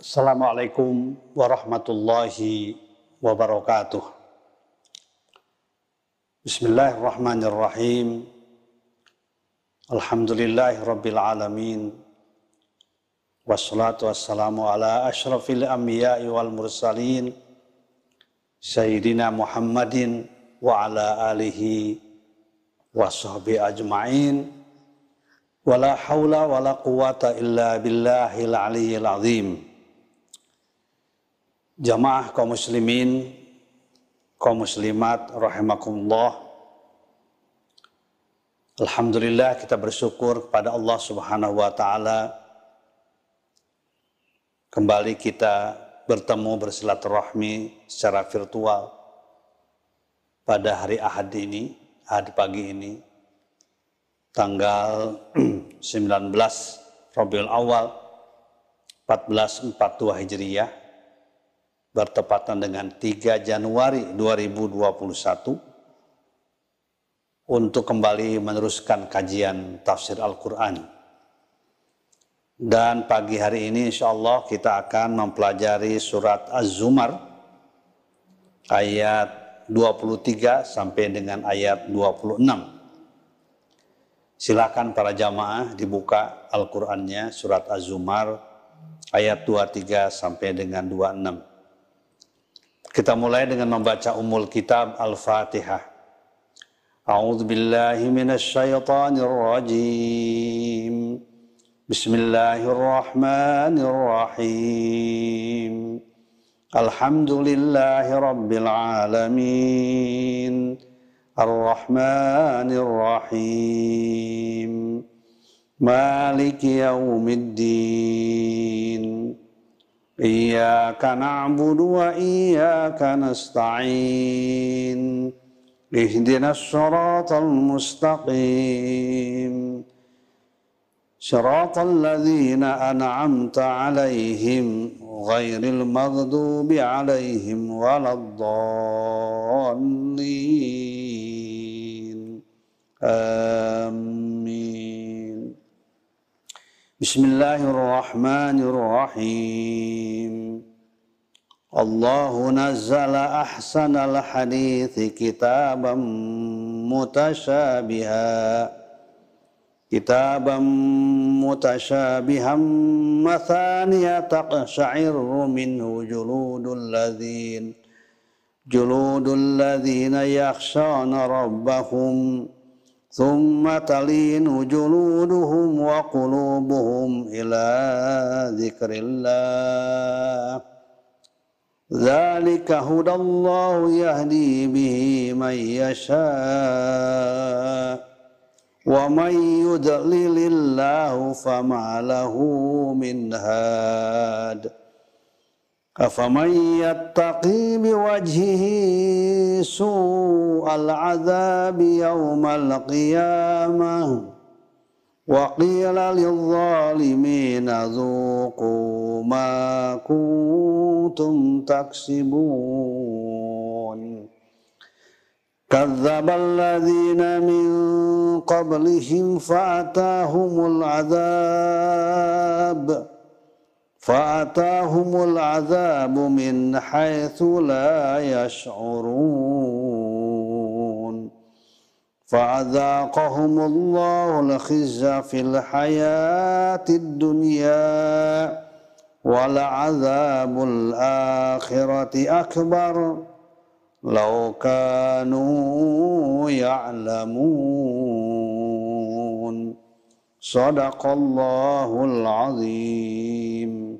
Assalamualaikum warahmatullahi wabarakatuh. Bismillahirrahmanirrahim. Alhamdulillahi rabbil alamin. Wassalatu wassalamu ala asyrafil anbiya'i wal mursalin Sayyidina Muhammadin wa ala alihi wa sahbihi ajma'in. Wala hawla wala quwata illa billahil aliyyil azim. Jamaah kaum muslimin, kaum muslimat rahimakumullah. Alhamdulillah, kita bersyukur kepada Allah Subhanahu wa taala. Kembali kita bertemu bersilaturahmi secara virtual pada hari Ahad ini, Ahad pagi ini, tanggal 19 Rabiul Awal 1442 Hijriyah, bertepatan dengan 3 Januari 2021, untuk kembali meneruskan kajian tafsir Al-Quran. Dan pagi hari ini insya Allah kita akan mempelajari surat Az-Zumar ayat 23 sampai dengan ayat 26. Silakan para jamaah dibuka Al-Qur'annya, surat Az-Zumar ayat 23 sampai dengan 26. Kita mulai dengan membaca Ummul Kitab Al-Fatihah. A'udzu billahi minasy syaithanir rajim. Bismillahirrahmanirrahim. Alhamdulillahi rabbil alamin. Ar-Rahmanir Rahim. Maliki yaumiddin. Iyyaka na'budu wa iyyaka nasta'in. Ihdinas siratal mustaqim. Siratal ladzina an'amta 'alaihim ghairil maghdubi 'alaihim waladdallin. Amin. Bismillahirrahmanirrahim. Allahu nazzala ahsanal hadithi kitaban mutasyabihan mathaniya taqsha'irru minhu juludul ladzina yakhshana rabbahum thumma talinu juluduhum wa qulubuhum ila dzikrillah. Dzalika hudallahu yahdi bihi man yasha' wa man yudlilillahu fama lahu min had. Afaman yattaqi biwajhihi su'al adzabi yawmal qiyamah wa qila lidh-dhalimina dzuqu ma kuntum taksibun. Kadzdzabal ladzina min qablihim fa'atahumul adzabu min haitsu la yash'urun. Fa'adzaqahumullahu al-khizya fil hayatid dunya wal 'adzabul akhirati akbar law kanu ya'lamun. Shadaqallahul azim.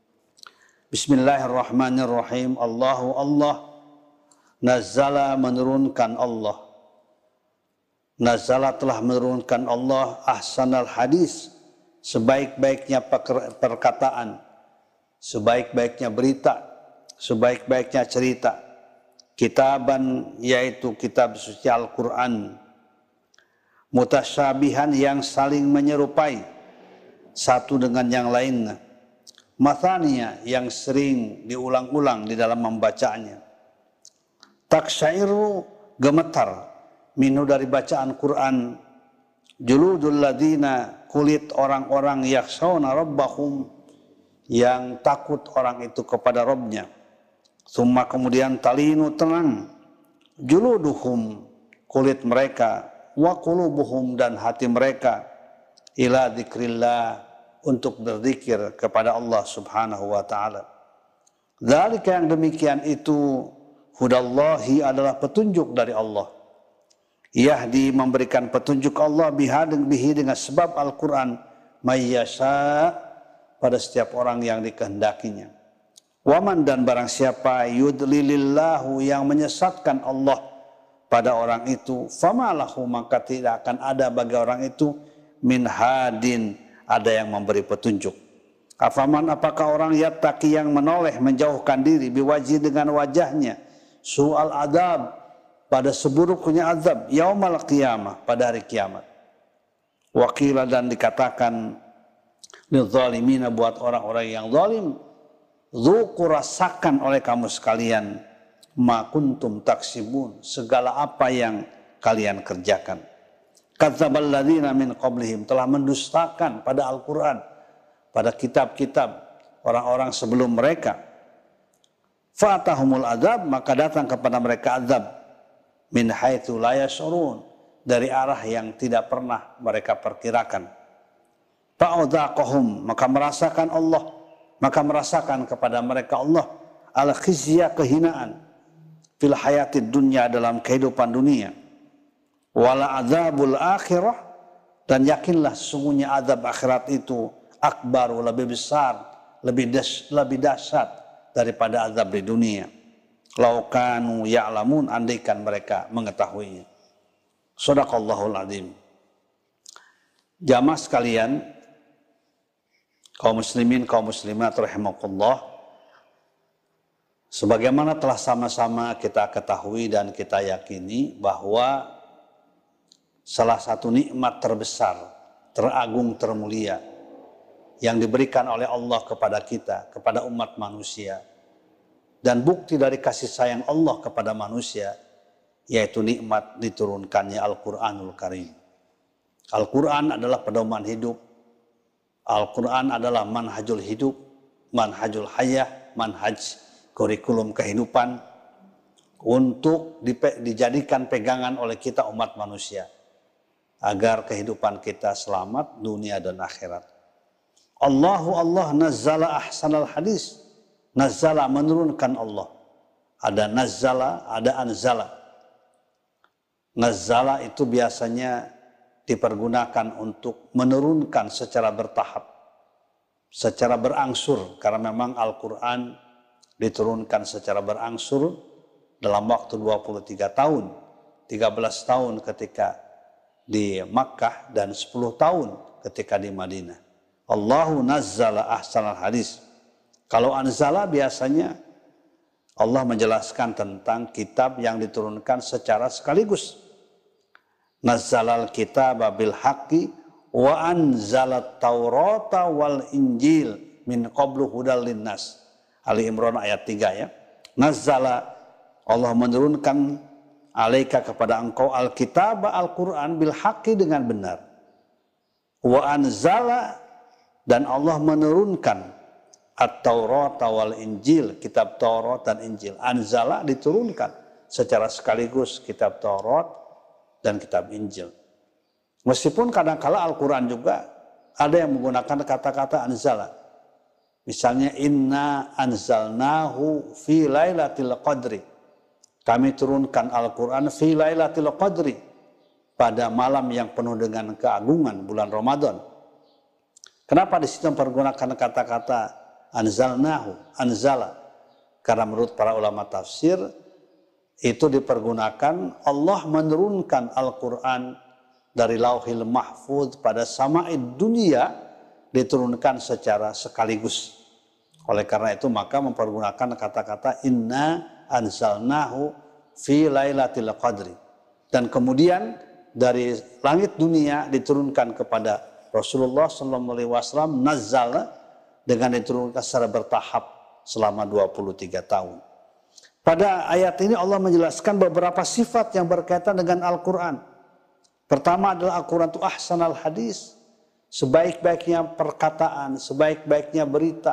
Bismillahirrahmanirrahim. Allah nazzala, menurunkan Allah. Nazzala, telah menurunkan Allah, ahsanal hadis, sebaik-baiknya perkataan, sebaik-baiknya berita, sebaik-baiknya cerita. Kitaban, yaitu kitab suci Al-Quran, mutasyabihan, yang saling menyerupai satu dengan yang lainnya, mathaniya, yang sering diulang-ulang di dalam membacanya, taksyairu, gemetar, minhu, dari bacaan Quran, juludul ladina, kulit orang-orang yakhshawna rabbahum, yang takut orang itu kepada Rabbnya. Summa kemudian talinu tenang, juluduhum kulit mereka, wa qulubuhum dan hati mereka, ila dzikrillah untuk berzikir kepada Allah Subhanahu wa taala. Dzalika yang demikian itu hudallahi adalah petunjuk dari Allah. Yahdi memberikan petunjuk Allah bihi dengan sebab Al-Qur'an mayyasha pada setiap orang yang dikehendakinya. Waman dan barang siapa yudlilillahu yang menyesatkan Allah pada orang itu, famalahu maka tidak akan ada bagi orang itu min hadin ada yang memberi petunjuk. Afaman apakah orang yattaqi yang menoleh menjauhkan diri biwajhi dengan wajahnya su'al adab pada seburuknya azab yaumal qiyamah pada hari kiamat. Waqila dan dikatakan lidzalimina buat orang-orang yang zalim, dzuqu rasakan oleh kamu sekalian ma kuntum taksibun segala apa yang kalian kerjakan. Kadzdzabal ladzina min qablihim telah mendustakan pada Al-Qur'an pada kitab-kitab orang-orang sebelum mereka. Fatahumul adzab maka datang kepada mereka azab min haitsu la yash'urun dari arah yang tidak pernah mereka perkirakan. Fa'udhaqahum maka merasakan kepada mereka Allah al khizya kehinaan fil hayatid dunya dalam kehidupan dunia. Wala adzabul akhirah dan yakinlah sesungguhnya azab akhirat itu akbar lebih besar, lebih dahsyat daripada azab di dunia. Laukanu ya'lamun andaikan mereka mengetahuinya. Shadaqallahul azim. Jamaah sekalian, kaum muslimin, kaum muslimat rahimakumullah, sebagaimana telah sama-sama kita ketahui dan kita yakini bahwa salah satu nikmat terbesar, teragung, termulia yang diberikan oleh Allah kepada kita, kepada umat manusia, dan bukti dari kasih sayang Allah kepada manusia, yaitu nikmat diturunkannya Al-Quranul Karim. Al-Quran adalah pedoman hidup. Al-Quran adalah manhajul hidup, manhajul hayah, manhaj kurikulum kehidupan untuk dijadikan pegangan oleh kita umat manusia agar kehidupan kita selamat dunia dan akhirat. Allah nazzala ahsanal hadis. Nazzala menurunkan Allah. Ada nazzala, ada anzala. Nazzala itu biasanya dipergunakan untuk menurunkan secara bertahap, secara berangsur, karena memang Al-Quran diturunkan secara berangsur dalam waktu 23 tahun, 13 tahun ketika di Makkah dan 10 tahun ketika di Madinah. Allahu nazzala ahsanal hadis. Kalau anzala biasanya Allah menjelaskan tentang kitab yang diturunkan secara sekaligus. Nazzalal kitaba bil haqqi wa anzalat taurata wal injil min qablu hudal linnas. Ali Imran ayat 3 ya. Nazzala Allah menurunkan alaika kepada engkau al-kitab Al-Quran bil haqqi dengan benar. Wa anzala dan Allah menurunkan at-Taurat wal Injil, kitab Taurat dan Injil. Anzala diturunkan secara sekaligus kitab Taurat dan kitab Injil. Meskipun kadang-kala Al-Quran juga ada yang menggunakan kata-kata anzala. Misalnya inna anzalnahu fi lailatul qadri. Kami turunkan Al-Quran fi lailatul qadri, pada malam yang penuh dengan keagungan bulan Ramadan. Kenapa di situ mempergunakan kata-kata anzalnahu, anzala? Karena menurut para ulama tafsir itu dipergunakan Allah menurunkan Al-Quran dari Lauhil Mahfuz pada sama'id dunia, diturunkan secara sekaligus. Oleh karena itu maka mempergunakan kata-kata inna anzalnahu fi lailatul qadri. Dan kemudian dari langit dunia diturunkan kepada Rasulullah SAW nazzala dengan diturunkan secara bertahap selama 23 tahun. Pada ayat ini Allah menjelaskan beberapa sifat yang berkaitan dengan Al-Quran. Pertama adalah Al-Quran itu ahsanal hadis, sebaik-baiknya perkataan, sebaik-baiknya berita,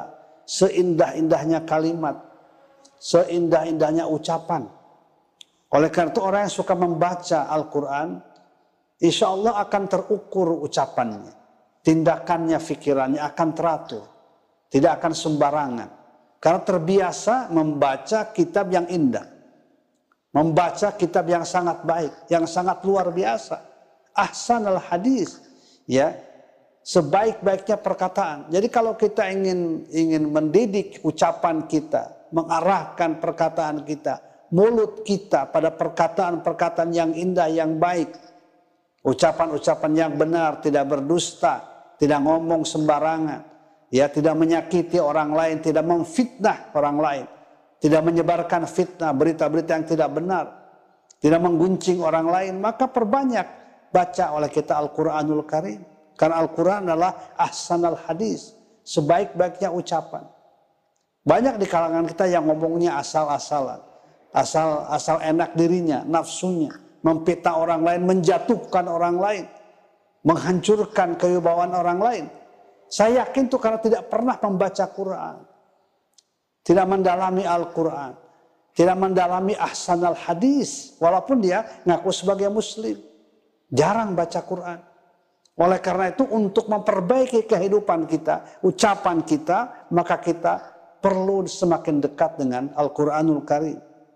seindah-indahnya kalimat, seindah-indahnya ucapan. Oleh karena itu orang yang suka membaca Al-Quran, insya Allah akan terukur ucapannya, tindakannya, pikirannya akan teratur, tidak akan sembarangan. Karena terbiasa membaca kitab yang indah, membaca kitab yang sangat baik, yang sangat luar biasa. Ahsanal hadis, ya, sebaik-baiknya perkataan. Jadi kalau kita ingin mendidik ucapan kita, mengarahkan perkataan kita, mulut kita pada perkataan-perkataan yang indah, yang baik, ucapan-ucapan yang benar, tidak berdusta, tidak ngomong sembarangan, ya, tidak menyakiti orang lain, tidak memfitnah orang lain, tidak menyebarkan fitnah, berita-berita yang tidak benar, tidak mengguncing orang lain, maka perbanyak baca oleh kita Al-Quranul Karim. Karena Al-Quran adalah ahsanal hadis, sebaik-baiknya ucapan. Banyak di kalangan kita yang ngomongnya asal-asalan, asal enak dirinya, nafsunya, memfitnah orang lain, menjatuhkan orang lain, menghancurkan kewibawaan orang lain. Saya yakin itu karena tidak pernah membaca Quran, tidak mendalami Al-Quran, tidak mendalami ahsanal hadis, walaupun dia ngaku sebagai muslim, jarang baca Quran. Oleh karena itu untuk memperbaiki kehidupan kita, ucapan kita, maka kita perlu semakin dekat dengan Al-Quranul Karim.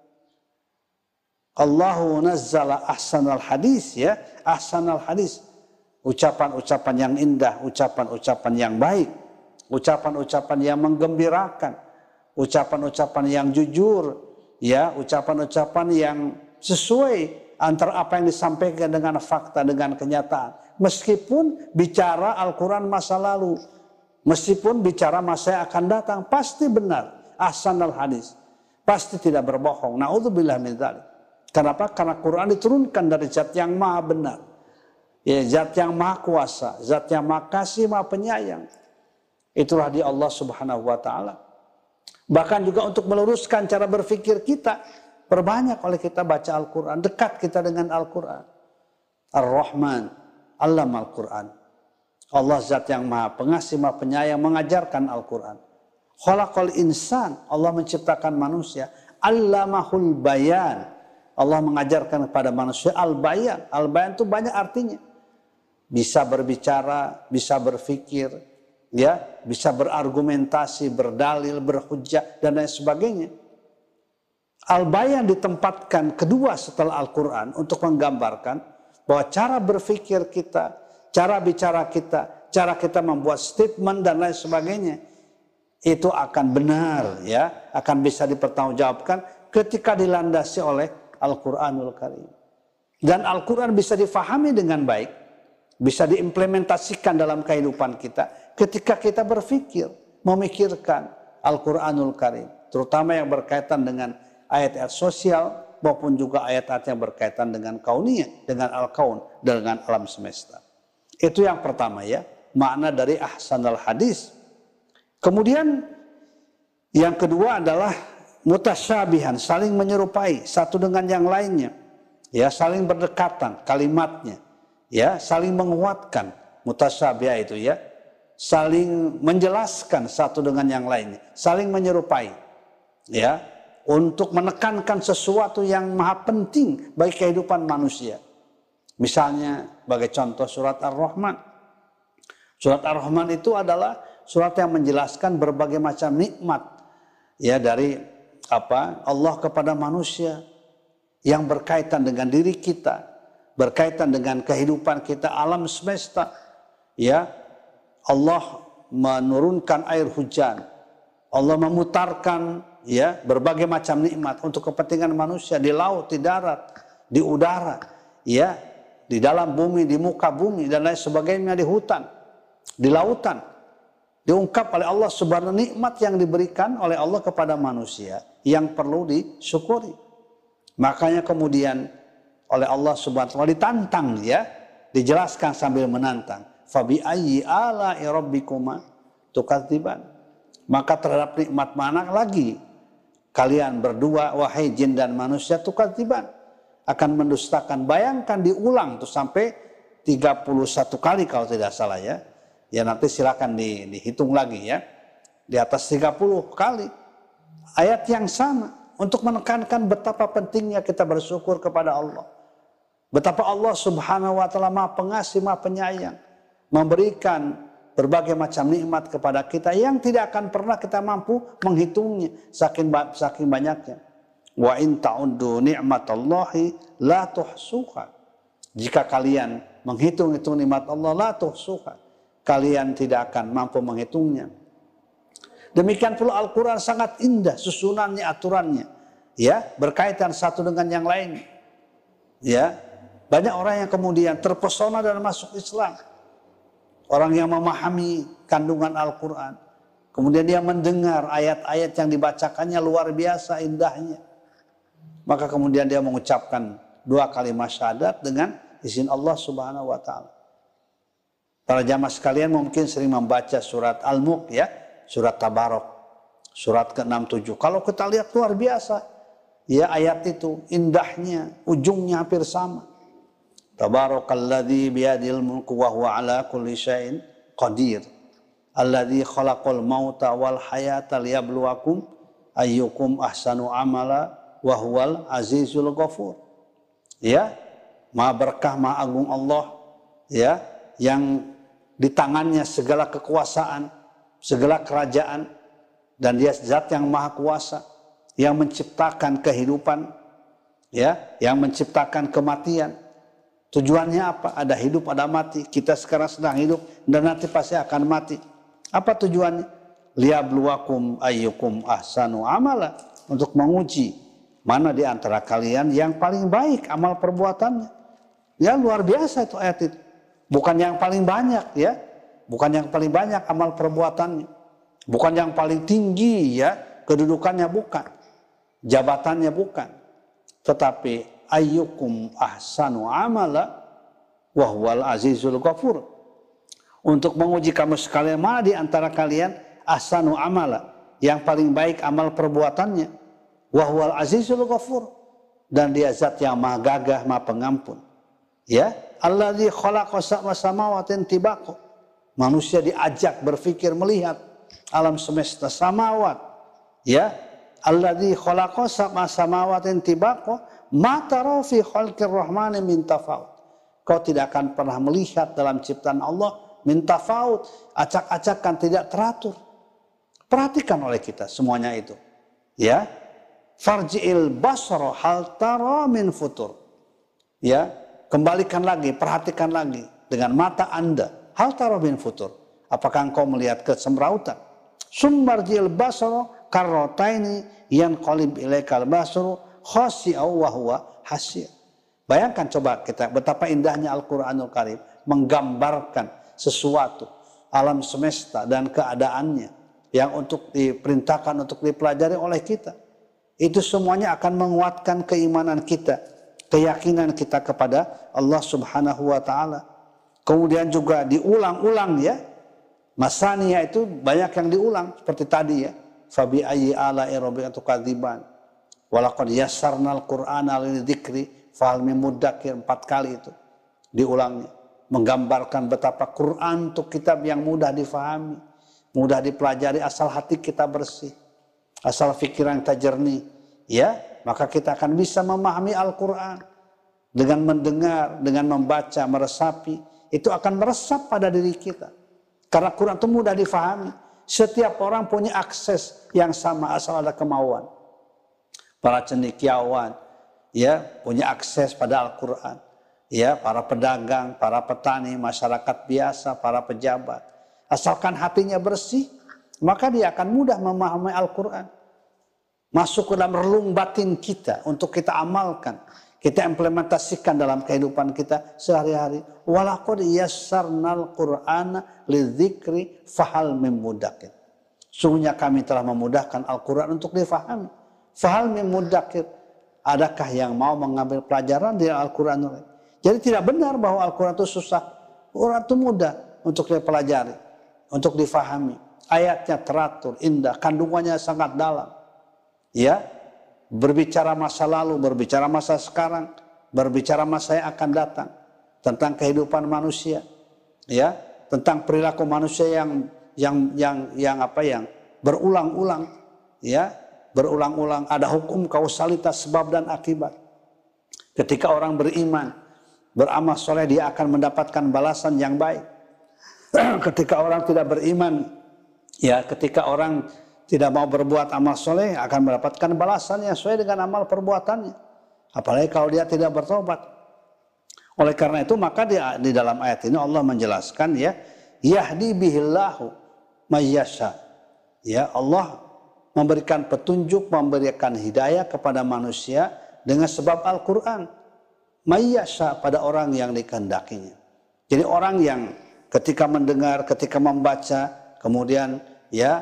Allahu nazzala ahsanal hadis, ya, ahsanal hadis. Ucapan-ucapan yang indah, ucapan-ucapan yang baik, ucapan-ucapan yang menggembirakan, ucapan-ucapan yang jujur, ya, ucapan-ucapan yang sesuai antara apa yang disampaikan dengan fakta, dengan kenyataan. Meskipun bicara Al-Quran masa lalu, meskipun bicara masa yang akan datang, pasti benar. Ahsanal hadis, pasti tidak berbohong. Na'udzubillah min dzalik. Kenapa? Karena Quran diturunkan dari zat yang maha benar, ya, zat yang maha kuasa, zat yang maha kasih, maha penyayang. Itulah dia Allah Subhanahu wa ta'ala. Bahkan juga untuk meluruskan cara berpikir kita, perbanyak oleh kita baca Al-Quran, dekat kita dengan Al-Quran. Ar-Rahman Allama Al-Quran. Allah zat yang maha pengasih, maha penyayang, mengajarkan Al-Quran. Khalaqal insan, Allah menciptakan manusia. Allamahul bayan, Allah mengajarkan kepada manusia al-bayan. Al-bayan itu banyak artinya. Bisa berbicara, bisa berpikir, ya, bisa berargumentasi, berdalil, berhujjah, dan lain sebagainya. Al-bayan ditempatkan kedua setelah Al-Quran untuk menggambarkan bahwa cara berpikir kita, cara bicara kita, cara kita membuat statement dan lain sebagainya, itu akan benar, ya, akan bisa dipertanggungjawabkan ketika dilandasi oleh Al-Quranul Karim. Dan Al-Quran bisa difahami dengan baik, bisa diimplementasikan dalam kehidupan kita ketika kita berpikir, memikirkan Al-Quranul Karim, terutama yang berkaitan dengan ayat-ayat sosial maupun juga ayat-ayat yang berkaitan dengan kauniyah, dengan al-kaun, dengan alam semesta. Itu yang pertama, ya, makna dari ahsanal hadis. Kemudian yang kedua adalah mutasyabihan, saling menyerupai satu dengan yang lainnya, ya, saling berdekatan kalimatnya, ya, saling menguatkan. Mutasyabihah itu, ya, saling menjelaskan satu dengan yang lainnya, saling menyerupai, ya, untuk menekankan sesuatu yang maha penting bagi kehidupan manusia. Misalnya sebagai contoh surat Ar-Rahman. Surat Ar-Rahman itu adalah surat yang menjelaskan berbagai macam nikmat, ya, dari Allah kepada manusia yang berkaitan dengan diri kita, berkaitan dengan kehidupan kita, alam semesta, ya. Allah menurunkan air hujan, Allah memutarkan, ya, berbagai macam nikmat untuk kepentingan manusia di laut, di darat, di udara, ya, di dalam bumi, di muka bumi, dan lain sebagainya, di hutan, di lautan. Diungkap oleh Allah subhanahu nikmat yang diberikan oleh Allah kepada manusia yang perlu disyukuri. Makanya kemudian oleh Allah subhanahu wa ta'ala ditantang, ya, dijelaskan sambil menantang. Fabi ayyi ala'i rabbikuma tukadziban. Maka terhadap nikmat mana lagi kalian berdua, wahai jin dan manusia, tukadziban, akan mendustakan. Bayangkan diulang tuh sampai 31 kali kalau tidak salah, ya. Ya, nanti silakan dihitung lagi, ya. di atas 30 kali. Ayat yang sama untuk menekankan betapa pentingnya kita bersyukur kepada Allah. Betapa Allah Subhanahu wa taala Maha Pengasih, Maha Penyayang, memberikan berbagai macam nikmat kepada kita yang tidak akan pernah kita mampu menghitungnya saking banyaknya. Wa in ta'uddu ni'matallahi la tuhsuha. Jika kalian menghitung-hitung nikmat Allah, la tuhsuha, kalian tidak akan mampu menghitungnya. Demikian pula Al-Quran sangat indah susunannya, aturannya, ya, berkaitan satu dengan yang lain. Ya, banyak orang yang kemudian terpesona dan masuk Islam. Orang yang memahami kandungan Al-Quran, kemudian dia mendengar ayat-ayat yang dibacakannya luar biasa indahnya, maka kemudian dia mengucapkan 2 kalimat syahadat dengan izin Allah Subhanahu wa taala. Para jamaah sekalian mungkin sering membaca surat Al-Mulk, ya, surat Tabarok, surat ke-67. Kalau kita lihat luar biasa, ya, ayat itu indahnya, ujungnya hampir sama. Tabarakalladzi biyadil mulku wa huwa ala kulli syai'in qadir. Alladzi khalaqal mauta wal hayata liyabluwakum ayyukum ahsanu amala wa huwal azizul ghafur. Ya, Maha berkah, Maha agung Allah, ya, yang di tangannya segala kekuasaan, segala kerajaan, dan dia zat yang maha kuasa, yang menciptakan kehidupan, ya, yang menciptakan kematian. Tujuannya apa? Ada hidup, ada mati. Kita sekarang sedang hidup dan nanti pasti akan mati. Apa tujuannya? Liyabluwakum ayyukum ahsanu amala, untuk menguji mana di antara kalian yang paling baik amal perbuatannya. Ya, luar biasa itu ayat itu. Bukan yang paling banyak, ya. Bukan yang paling banyak amal perbuatannya. Bukan yang paling tinggi, ya, kedudukannya, bukan. Jabatannya, bukan. Tetapi ayyukum ahsanu amala wa huwal azizul ghafur. Untuk menguji kamu sekalian, mana di antara kalian ahsanu amala, yang paling baik amal perbuatannya, wa huwal azizul ghafur, dan dia zat yang maha gagah, maha pengampun. Ya, alladzi khalaqa sab'a samawatin tibaqa. Manusia diajak berpikir, melihat alam semesta samawat. Ya, alladzi khalaqa sab'a samawatin tibaqa ma tara fi khalqir rahmani min tafawut. Kau tidak akan pernah melihat dalam ciptaan Allah min tafawut, acak-acakan, tidak teratur. Perhatikan oleh kita semuanya itu. Ya, farji'il basara hal tara min futur. Ya, kembalikan lagi, perhatikan lagi dengan mata Anda. Hal tara min futur. Apakah engkau melihat kesemrautan? Summarji'il basara karrotaini yanqalib ilaikal basaru khasi'aw wa huwa hasir. Bayangkan coba kita betapa indahnya Al-Qur'anul Karim menggambarkan sesuatu, alam semesta dan keadaannya yang untuk diperintahkan untuk dipelajari oleh kita. Itu semuanya akan menguatkan keimanan kita, keyakinan kita kepada Allah Subhanahu wa taala. Kemudian juga diulang-ulang, ya. Masaniya itu banyak yang diulang seperti tadi, ya. Fabi ayyi ala'i rabbika tukadziban. Walaqad yassarnal Qur'ana lidzikri fahal min muddakir, 4 kali itu diulangnya, menggambarkan betapa Quran untuk kitab yang mudah difahami, mudah dipelajari asal hati kita bersih, asal pikiran kita jernih, ya, maka kita akan bisa memahami Al-Quran dengan mendengar, dengan membaca, meresapi, itu akan meresap pada diri kita. Karena Quran itu mudah difahami, setiap orang punya akses yang sama asal ada kemauan. Para cendekiawan, ya, punya akses pada Al-Quran. Ya, para pedagang, para petani, masyarakat biasa, para pejabat. Asalkan hatinya bersih, maka dia akan mudah memahami Al-Quran. Masuk ke dalam relung batin kita untuk kita amalkan. Kita implementasikan dalam kehidupan kita sehari-hari. Walaqad yassarnal Qur'ana lidzikri fahal min muddakir. Sungguhnya kami telah memudahkan Al-Quran untuk difahami. Fahal min muddakir. Adakah yang mau mengambil pelajaran di Al-Quran? Jadi tidak benar bahwa Al-Quran itu susah. Al-Quran itu mudah untuk dipelajari, untuk difahami. Ayatnya teratur, indah, kandungannya sangat dalam. Ya, berbicara masa lalu, berbicara masa sekarang, berbicara masa yang akan datang, tentang kehidupan manusia, ya, tentang perilaku manusia yang berulang-ulang, ya, berulang-ulang ada hukum kausalitas sebab dan akibat. Ketika orang beriman, beramal soleh, dia akan mendapatkan balasan yang baik. Ketika orang tidak beriman, ya, ketika orang tidak mau berbuat amal soleh, akan mendapatkan balasan yang sesuai dengan amal perbuatannya. Apalagi kalau dia tidak bertobat. Oleh karena itu, maka di dalam ayat ini Allah menjelaskan, ya, yahdi bihillahu mayyasha. Ya, Allah memberikan petunjuk, memberikan hidayah kepada manusia dengan sebab Al-Quran. Mayyasha, pada orang yang dikehendakinya. Jadi orang yang ketika mendengar, ketika membaca, kemudian ya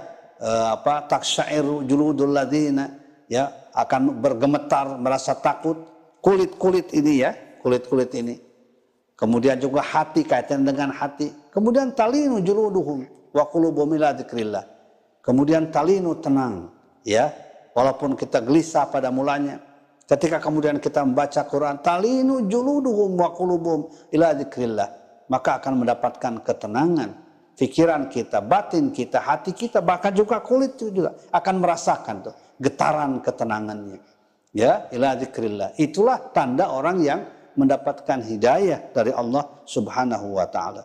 taksyairu juludul ladzina, ya, akan bergemetar, merasa takut, kulit-kulit ini, ya, kulit-kulit ini. Kemudian juga hati, kaitan dengan hati. Kemudian talinu juluduhum wa qulubuhum ila dzikrillah. Kemudian talinu, tenang, ya, walaupun kita gelisah pada mulanya. Ketika kemudian kita membaca Quran, talinu juluduhum wa qulubuhum ila dzikrillah, maka akan mendapatkan ketenangan. Pikiran kita, batin kita, hati kita, bahkan juga kulit juga akan merasakan tuh getaran ketenangannya. Ya, ila dzikrillah. Itulah tanda orang yang mendapatkan hidayah dari Allah Subhanahu wa taala.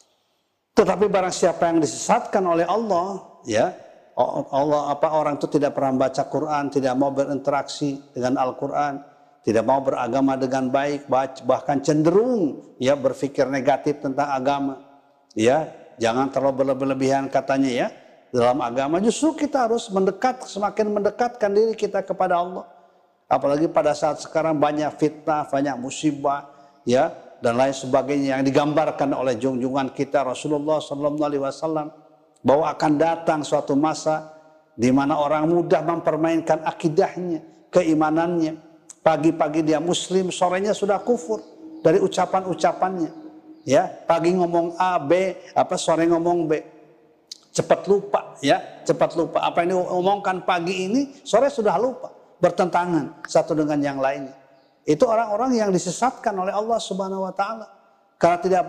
Tetapi barang siapa yang disesatkan oleh Allah, ya, orang itu tidak pernah membaca Quran, tidak mau berinteraksi dengan Al-Quran, tidak mau beragama dengan baik, bahkan cenderung, ya, berpikir negatif tentang agama. Ya, jangan terlalu berlebihan katanya, ya, dalam agama. Justru kita harus semakin mendekatkan diri kita kepada Allah. Apalagi pada saat sekarang banyak fitnah, banyak musibah, ya, dan lain sebagainya yang digambarkan oleh junjungan kita Rasulullah SAW, bahwa akan datang suatu masa di mana orang mudah mempermainkan akidahnya, keimanannya. Pagi-pagi dia muslim, sorenya sudah kufur dari ucapan-ucapannya. Ya, pagi ngomong A, B, sore ngomong B. Cepat lupa, ya, cepat lupa. Apa yang diomongkan pagi ini, sore sudah lupa. Bertentangan satu dengan yang lainnya. Itu orang-orang yang disesatkan oleh Allah Subhanahu wa taala. Karena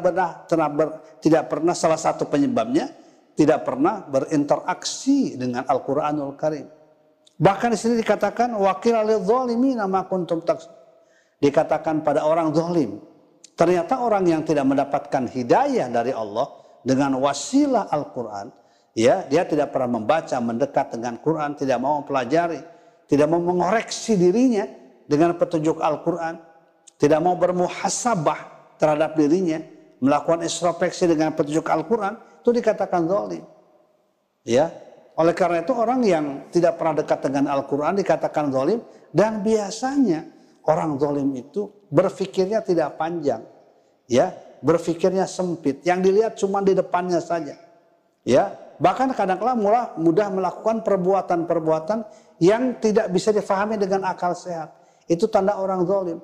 tidak pernah salah satu penyebabnya tidak pernah berinteraksi dengan Al-Qur'anul Karim. Bahkan di sini dikatakan waqila lidz-dzalimina ma kuntum taksibun. Dikatakan pada orang zalim. Ternyata orang yang tidak mendapatkan hidayah dari Allah dengan wasilah Al-Qur'an, ya, dia tidak pernah membaca, mendekat dengan Quran, tidak mau mempelajari, tidak mau mengoreksi dirinya dengan petunjuk Al-Quran, tidak mau bermuhasabah terhadap dirinya, melakukan introspeksi dengan petunjuk Al-Quran, itu dikatakan zalim. Ya, oleh karena itu orang yang tidak pernah dekat dengan Al-Quran dikatakan zalim, dan biasanya orang zalim itu berpikirnya tidak panjang, ya, berpikirnya sempit, yang dilihat cuma di depannya saja, ya. Bahkan kadang-kadang mudah melakukan perbuatan-perbuatan yang tidak bisa difahami dengan akal sehat. Itu tanda orang zalim.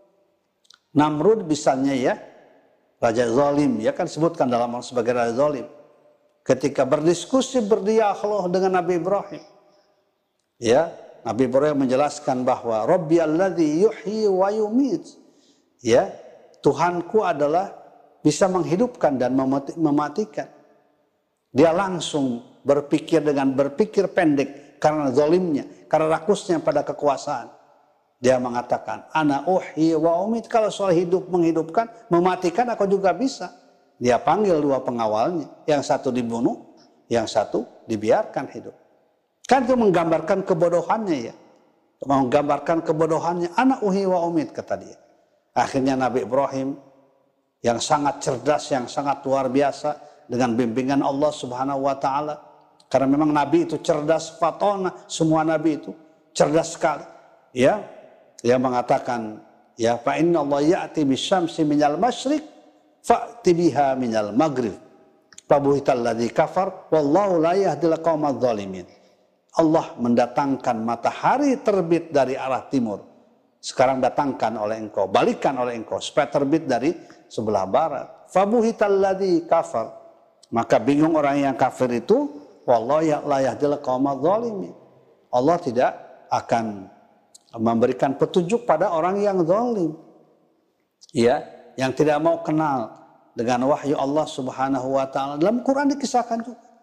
Namrud misalnya, ya, raja zalim, ya, kan disebutkan dalam sebagai raja zalim. Ketika berdiskusi, berdialog dengan Nabi Ibrahim, ya, Nabi Ibrahim menjelaskan bahwa Rabbi alladzi yuhyi wa yumit, ya, Tuhanku adalah bisa menghidupkan dan mematikan. Dia langsung berpikir dengan berpikir pendek karena zalimnya, karena rakusnya pada kekuasaan. Dia mengatakan, ana uhyi wa umit, kalau soal hidup, menghidupkan, mematikan aku juga bisa. Dia panggil dua pengawalnya, yang satu dibunuh, yang satu dibiarkan hidup. Kan itu menggambarkan kebodohannya, ya. Menggambarkan kebodohannya, ana uhyi wa umit, kata dia. Akhirnya Nabi Ibrahim yang sangat cerdas, yang sangat luar biasa, dengan bimbingan Allah Subhanahu wa taala. Karena memang Nabi itu cerdas, fatona, semua Nabi itu cerdas sekali. Ya, dia mengatakan, ya, fa inna Allah ya'ti bisyamsi minal masyriq fa'ti biha minal maghrib. Fabuhital ladzi kafar wallahu la yahdil qaumadz zalimin. Allah mendatangkan matahari terbit dari arah timur. Sekarang datangkan oleh engkau, balikan oleh engkau supaya terbit dari sebelah barat. Fabuhital ladzi kafar. Maka bingung orang yang kafir itu, wallahu la yahdil qaumadz zalimin. Allah tidak akan memberikan petunjuk pada orang yang zalim. Ya, yang tidak mau kenal dengan wahyu Allah Subhanahu wa taala. Dalam Quran dikisahkan juga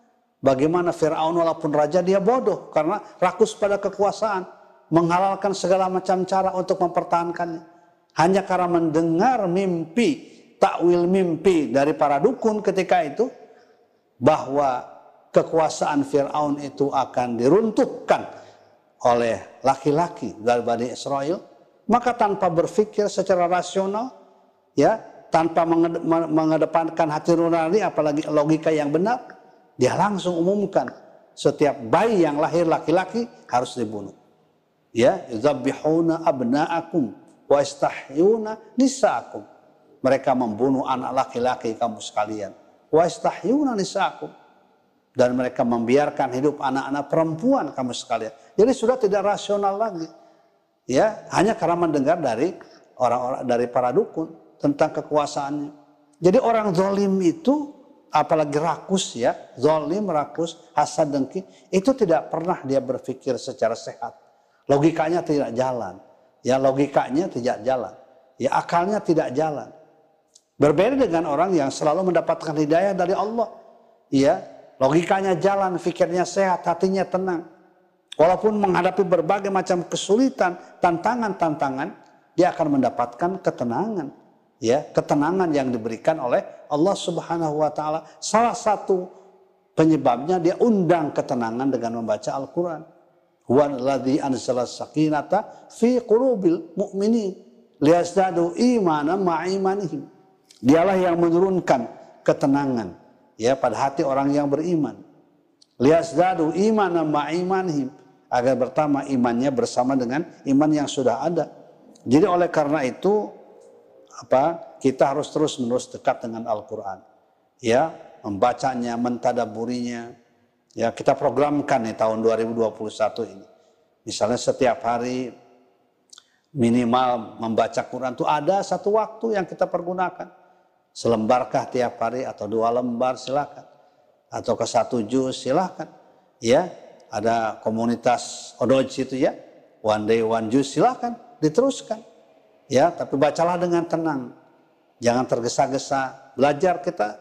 Bagaimana Fir'aun walaupun raja dia bodoh karena rakus pada kekuasaan, menghalalkan segala macam cara untuk mempertahankannya. Hanya karena mendengar mimpi, takwil mimpi dari para dukun ketika itu, bahwa kekuasaan Fir'aun itu akan diruntuhkan oleh laki-laki dari Bani Israel, maka tanpa berpikir secara rasional, ya, tanpa mengedepankan hati nurani apalagi logika yang benar, dia langsung umumkan setiap bayi yang lahir laki-laki harus dibunuh. Ya, yuzabbihuna abna'akum wa istahyuna nisa'akum. Mereka membunuh anak laki-laki kamu sekalian. Wa istahyuna nisa'akum. Dan mereka membiarkan hidup anak-anak perempuan kamu sekalian. Jadi sudah tidak rasional lagi. Ya, hanya karena mendengar dari orang-orang, dari para dukun tentang kekuasaannya. Jadi orang zalim itu, apalagi rakus, ya, zalim, rakus, hasad, dengki, itu tidak pernah dia berpikir secara sehat. Logikanya tidak jalan. Ya, logikanya tidak jalan. Ya, akalnya tidak jalan. Berbeda dengan orang yang selalu mendapatkan hidayah dari Allah. Ya, logikanya jalan, fikirnya sehat, hatinya tenang. Walaupun menghadapi berbagai macam kesulitan, tantangan-tantangan, dia akan mendapatkan ketenangan. Ya, ketenangan yang diberikan oleh Allah Subhanahu wa taala. Salah satu penyebabnya dia undang ketenangan dengan membaca Al-Qur'an. Huwallazi anzala sakinata fi qulubil mu'minin liyazdadu imanan ma'imanihim. Dialah yang menurunkan ketenangan, ya, pada hati orang yang beriman. Liyazdadu imanan ma'imanihim, agar bertambah imannya bersama dengan iman yang sudah ada. Jadi oleh karena itu, kita harus terus-menerus dekat dengan Al-Qur'an. Ya, membacanya, mentadabburinya. Ya, kita programkan nih tahun 2021 ini. Misalnya setiap hari minimal membaca Quran itu ada satu waktu yang kita pergunakan. Selembarkah tiap hari atau 2 lembar silakan. Atau ke 1 juz silakan. Ya, ada komunitas Odoj itu ya. One day one juz silakan diteruskan. Ya, tapi bacalah dengan tenang. Jangan tergesa-gesa. Belajar kita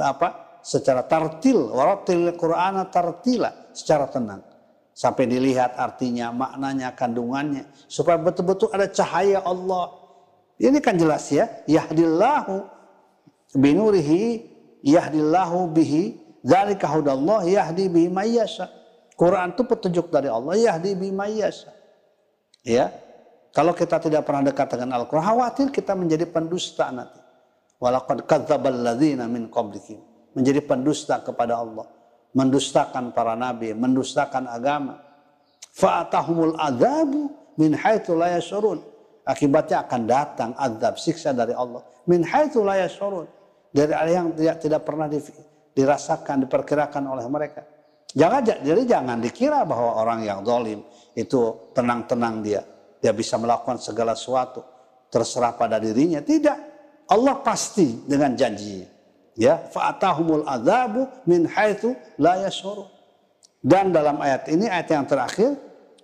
secara tartil, waratil Qur'ana tartila, secara tenang. Sampai dilihat artinya, maknanya, kandungannya, supaya betul-betul ada cahaya Allah. Ini kan jelas ya, yahdillahu binurihi yahdillahu bihi dzalika hudallah yahdi bihi may yasha. Quran itu petunjuk dari Allah, yahdi bihi may yasha. Ya. Kalau kita tidak pernah dekat dengan Al-Qur'an, khawatir kita menjadi pendusta nanti. Walaqad kadzdzabal ladzina min qablikum. Menjadi pendusta kepada Allah, mendustakan para nabi, mendustakan agama. Fa'atahumul adzabu min haitsu la yash'urun. Akibatnya akan datang azab, siksa dari Allah min haitsu la yash'urun, dari hal yang tidak pernah dirasakan, diperkirakan oleh mereka. Jadi jangan dikira bahwa orang yang zalim itu tenang-tenang dia bisa melakukan segala sesuatu terserah pada dirinya. Tidak. Allah pasti dengan janji. Ya, fa'atahumul adzabu min haitsu la yash'urun. Dan dalam ayat ini, ayat yang terakhir,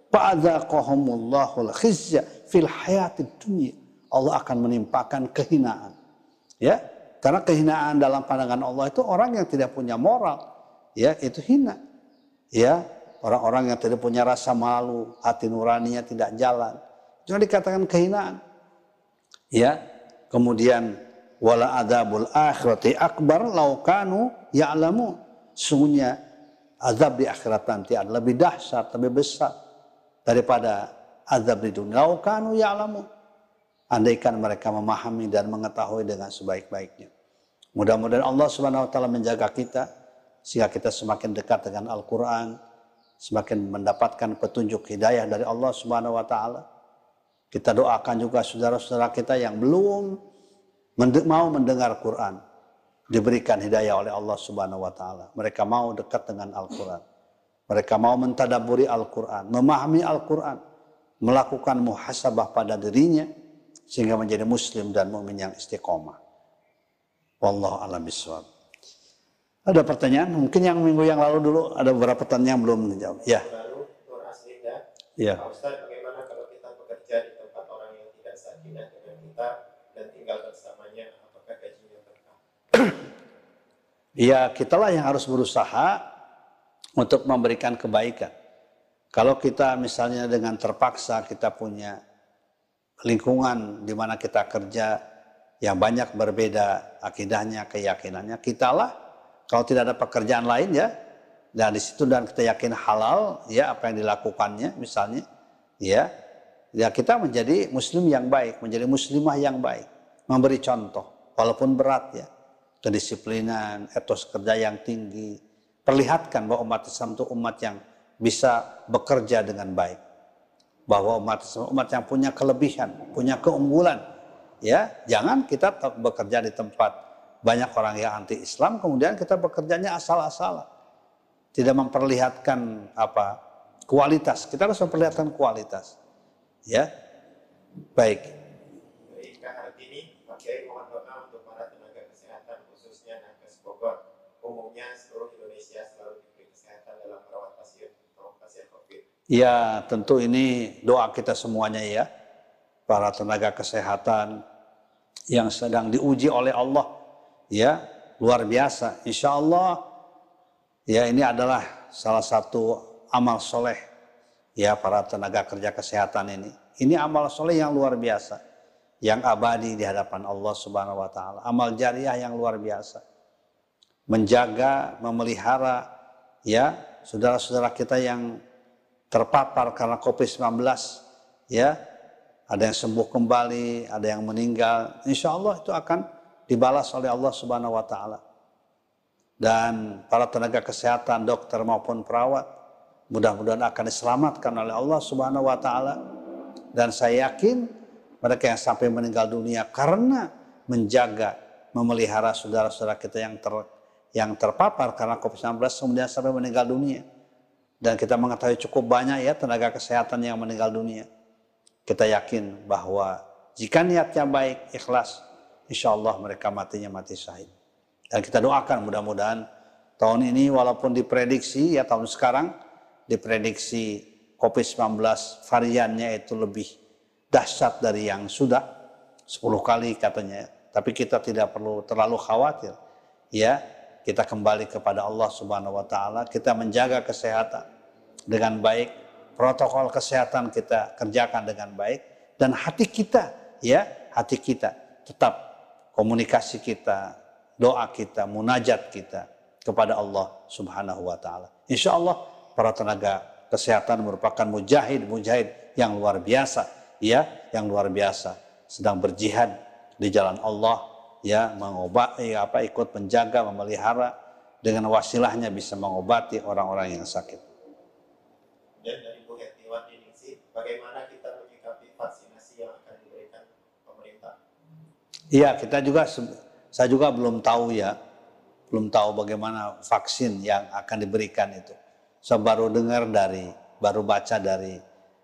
fa'adzaqahumullahul khizya fil hayatid dunya. Allah akan menimpakan kehinaan. Ya, karena kehinaan dalam pandangan Allah itu orang yang tidak punya moral, ya, itu hina. Ya, orang-orang yang tidak punya rasa malu, hati nuraninya tidak jalan, itu dikatakan kehinaan. Ya, kemudian wala adzabul akhirati akbar law kanu ya'lamun. Sungguhnya azab di akhirat nanti adalah lebih dahsyat, lebih besar daripada azab di dunia. Law kanu ya'lamun. Andaikan mereka memahami dan mengetahui dengan sebaik-baiknya. Mudah-mudahan Allah Subhanahu wa taala menjaga kita sehingga kita semakin dekat dengan Al-Qur'an, semakin mendapatkan petunjuk hidayah dari Allah Subhanahu wa taala. Kita doakan juga saudara-saudara kita yang belum mau mendengar Quran, diberikan hidayah oleh Allah Subhanahu wa taala. Mereka mau dekat dengan Al-Qur'an. Mereka mau mentadabburi Al-Qur'an, memahami Al-Qur'an, melakukan muhasabah pada dirinya sehingga menjadi muslim dan mukmin yang istiqomah. Wallahu a'lam bishawab. Ada pertanyaan? Mungkin yang minggu yang lalu dulu ada beberapa pertanyaan yang belum dijawab. Ya. Ya. Pak Ustaz, bagaimana kalau kita bekerja di tempat orang yang tidak sakinah dengan kita dan tinggal bersamanya, apakah gajinya berkah? Ya, kitalah yang harus berusaha untuk memberikan kebaikan. Kalau kita misalnya dengan terpaksa kita punya lingkungan di mana kita kerja yang banyak berbeda akidahnya, keyakinannya, kitalah kalau tidak ada pekerjaan lain ya, dan di situ dan kita yakin halal ya apa yang dilakukannya misalnya, ya kita menjadi muslim yang baik, menjadi muslimah yang baik, memberi contoh walaupun berat ya, kedisiplinan, etos kerja yang tinggi, perlihatkan bahwa umat Islam itu umat yang bisa bekerja dengan baik, bahwa umat Islam umat yang punya kelebihan, punya keunggulan, ya jangan kita bekerja di tempat banyak orang yang anti Islam kemudian kita bekerjanya asal-asalan, tidak memperlihatkan kualitas. Kita harus memperlihatkan kualitas, ya baik. Baik, hari ini Pak Kiai mohon doa untuk para tenaga kesehatan khususnya Nakes Bogor, umumnya seluruh Indonesia selalu diberi kesehatan dalam merawat pasien COVID. Ya tentu ini doa kita semuanya ya, para tenaga kesehatan yang sedang diuji oleh Allah, ya luar biasa. Insya Allah ya ini adalah salah satu amal soleh ya para tenaga kerja kesehatan ini. Ini amal soleh yang luar biasa, yang abadi di hadapan Allah Subhanahu Wa Taala. Amal jariah yang luar biasa, menjaga, memelihara ya saudara-saudara kita yang terpapar karena COVID-19, ya ada yang sembuh kembali, ada yang meninggal. Insya Allah itu akan dibalas oleh Allah Subhanahu Wa Taala. Dan para tenaga kesehatan, dokter maupun perawat, mudah-mudahan akan diselamatkan oleh Allah Subhanahu Wa Taala. Dan saya yakin mereka yang sampai meninggal dunia karena menjaga, memelihara saudara-saudara kita yang terpapar karena COVID-19 kemudian sampai meninggal dunia. Dan kita mengetahui cukup banyak ya tenaga kesehatan yang meninggal dunia. Kita yakin bahwa jika niatnya baik, ikhlas, insya Allah mereka matinya mati syahid. Dan kita doakan mudah-mudahan tahun ini walaupun diprediksi ya tahun sekarang diprediksi COVID-19 variannya itu lebih dahsyat dari yang sudah 10 kali katanya. Tapi kita tidak perlu terlalu khawatir. Ya, kita kembali kepada Allah Subhanahu Wa Taala. Kita menjaga kesehatan dengan baik, protokol kesehatan kita kerjakan dengan baik, dan hati kita, ya hati kita tetap komunikasi kita, doa kita, munajat kita kepada Allah Subhanahu Wa Taala. Insya Allah para tenaga kesehatan merupakan mujahid yang luar biasa, ya yang luar biasa sedang berjihad di jalan Allah. Ya mengobati ikut menjaga, memelihara, dengan wasilahnya bisa mengobati orang-orang yang sakit. Dan dari Bu Hetiwati Ningsih, bagaimana kita menyikapi vaksinasi yang akan diberikan pemerintah? Iya, saya juga belum tahu ya, belum tahu bagaimana vaksin yang akan diberikan itu. Saya baru baca dari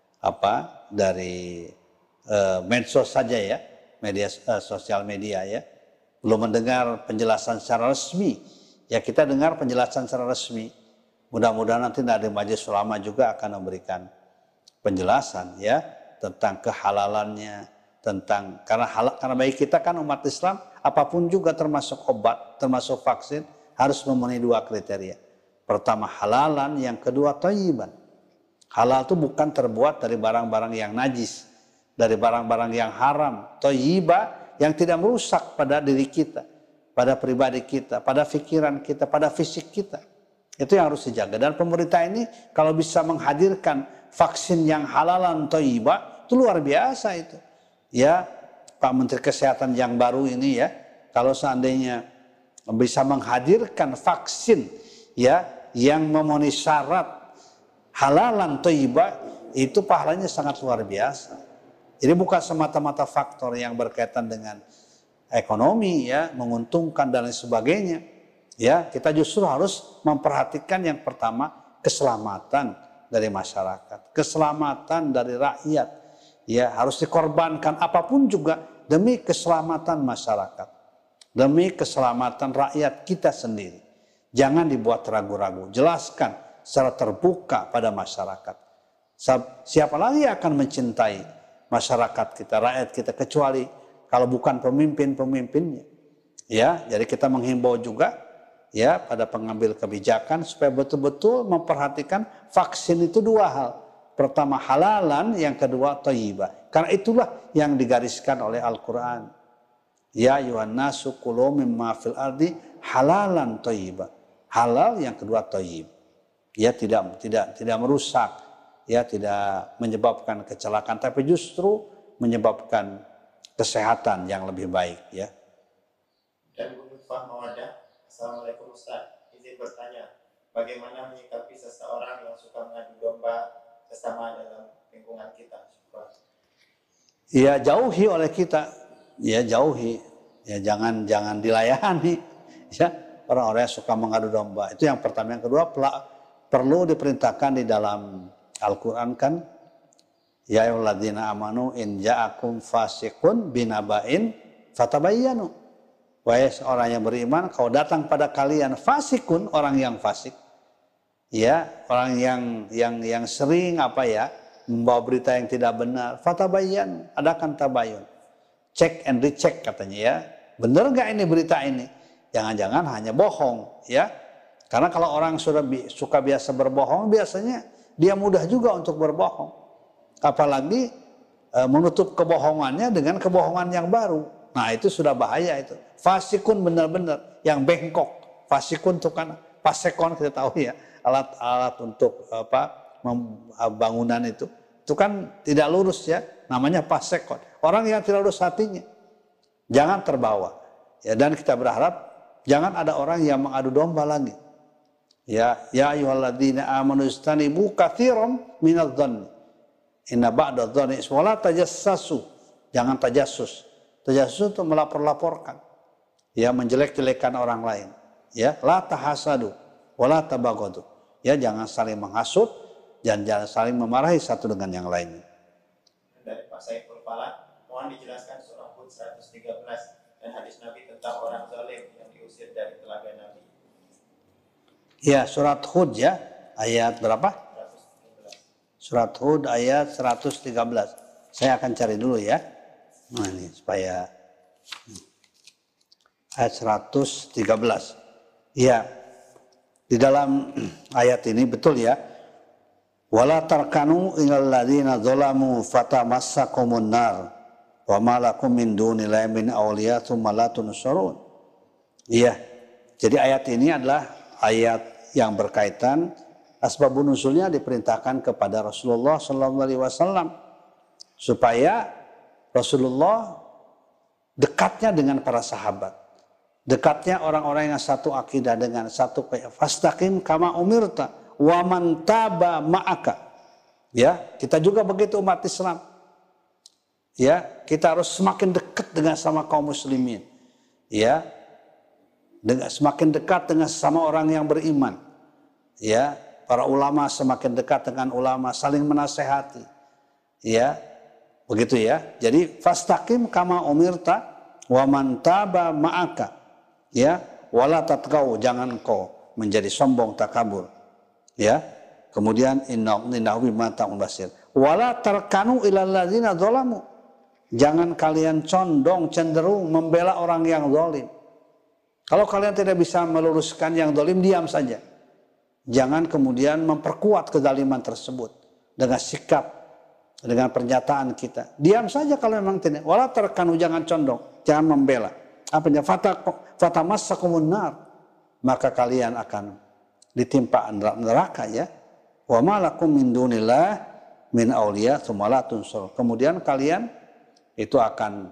medsos saja ya, sosial media ya. Belum mendengar penjelasan secara resmi. Ya kita dengar penjelasan secara resmi. Mudah-mudahan nanti dari Majelis Ulama juga akan memberikan penjelasan ya tentang kehalalannya, karena bagi kita kan umat Islam apapun juga termasuk obat, termasuk vaksin harus memenuhi 2 kriteria. Pertama halalan, yang kedua thayyiban. Halal itu bukan terbuat dari barang-barang yang najis, dari barang-barang yang haram. Thayyiba yang tidak merusak pada diri kita, pada pribadi kita, pada pikiran kita, pada fisik kita. Itu yang harus dijaga. Dan pemerintah ini kalau bisa menghadirkan vaksin yang halalan thayyibah, itu luar biasa itu. Ya, Pak Menteri Kesehatan yang baru ini ya, kalau seandainya bisa menghadirkan vaksin ya yang memenuhi syarat halalan thayyibah, itu pahalanya sangat luar biasa. Jadi bukan semata-mata faktor yang berkaitan dengan ekonomi ya, menguntungkan dan lain sebagainya. Ya, kita justru harus memperhatikan yang pertama keselamatan dari masyarakat, keselamatan dari rakyat. Ya, harus dikorbankan apapun juga demi keselamatan masyarakat, demi keselamatan rakyat kita sendiri. Jangan dibuat ragu-ragu, jelaskan secara terbuka pada masyarakat. Siapa lagi akan mencintai masyarakat kita, rakyat kita, kecuali kalau bukan pemimpin-pemimpinnya. Ya, jadi kita menghimbau juga ya pada pengambil kebijakan supaya betul-betul memperhatikan vaksin itu dua hal. Pertama halalan, yang kedua thayyibah. Karena itulah yang digariskan oleh Al-Qur'an. Ya ayuhan nasu kulu mimma fil ardi halalan thayyibah. Halal, yang kedua thayyib. Ya tidak merusak, ya tidak menyebabkan kecelakaan, tapi justru menyebabkan kesehatan yang lebih baik, ya. Dan Bu Nutfah Mawadah, Assalamualaikum Ustaz. Izin bertanya, bagaimana menyikapi seseorang yang suka mengadu domba sesama dalam lingkungan kita? Ya jauhi oleh kita, ya jauhi, ya jangan dilayani, ya orang-orang yang suka mengadu domba. Itu yang pertama. Yang kedua, perlu diperintahkan di dalam Al-Quran kan, ya ayyuhalladzina amanu in ja'akum fasiqun binaba'in fatabayyanu. Wahai orang yang beriman, kalau datang pada kalian fasikun, orang yang fasik, ya orang yang sering membawa berita yang tidak benar, fatabayyan, adakan tabayun, check and recheck katanya, ya benar nggak ini berita ini, jangan-jangan hanya bohong, ya karena kalau orang sudah suka biasa berbohong, biasanya dia mudah juga untuk berbohong, apalagi menutup kebohongannya dengan kebohongan yang baru. Nah itu sudah bahaya itu. Fasikun benar-benar yang bengkok. Fasikun itu kan pasekon, kita tahu ya, alat untuk bangunan itu kan tidak lurus, ya, namanya pasekon. Orang yang tidak lurus hatinya, jangan terbawa, ya. Dan kita berharap jangan ada orang yang mengadu domba lagi, ya ayyuhalladzina amanu istanibu katsiran minadh-dhanni inna ba'dadh-dhanni wala tajassasu. Jangan tajassus. Tajassus itu melapor-laporkan, ya menjelek-jelekan orang lain, ya la tahasadu wala tabaghadu, ya jangan saling menghasut dan jangan saling memarahi satu dengan yang lainnya. Dari Pak Saiful Fala, mohon dijelaskan surah Hud 113 dan hadis Nabi tentang orang zalim yang diusir dari telaga Nabi. Ya, surat Hud, ya, ayat berapa? 113. Surat Hud ayat 113. Saya akan cari dulu, ya. Nah ini supaya ayat 113. Ya, di dalam ayat ini betul, ya. Wala tarkanu ilal ladzina dzalamu fatamassakumun nar wa ma lakum min dunillahi min awliya tsumma la tunsarun. Iya. Jadi ayat ini adalah ayat yang berkaitan asbabun nuzulnya diperintahkan kepada Rasulullah sallallahu alaihi wasallam supaya Rasulullah dekatnya dengan para sahabat, dekatnya orang-orang yang satu akidah dengan satu fastaqim kama umirta wa man taba ma'aka. Ya, kita juga begitu umat Islam. Ya, kita harus semakin dekat dengan sama kaum muslimin. Ya. Semakin dekat dengan sama orang yang beriman. Ya, para ulama semakin dekat dengan ulama, saling menasehati. Ya. Begitu, ya. Jadi fastaqim kama umirta wa man taba ma'aka. Ya, wala tatqau, jangan kau menjadi sombong takabur. Ya. Kemudian innahu bima ta'malun basir. Wala tarkanu ilal ladzina dzalamu. Jangan kalian condong cenderung membela orang yang zalim. Kalau kalian tidak bisa meluruskan yang zalim, diam saja. Jangan kemudian memperkuat kezaliman tersebut dengan sikap, dengan pernyataan kita. Diam saja kalau memang tidak. Wala tarkanu, jangan condong, jangan membela. Apanya? Fatamassakumun nar. Maka kalian akan ditimpa neraka, ya. Wa ma lakum min dunillah min auliya tsumma la tunsar. Kemudian kalian itu akan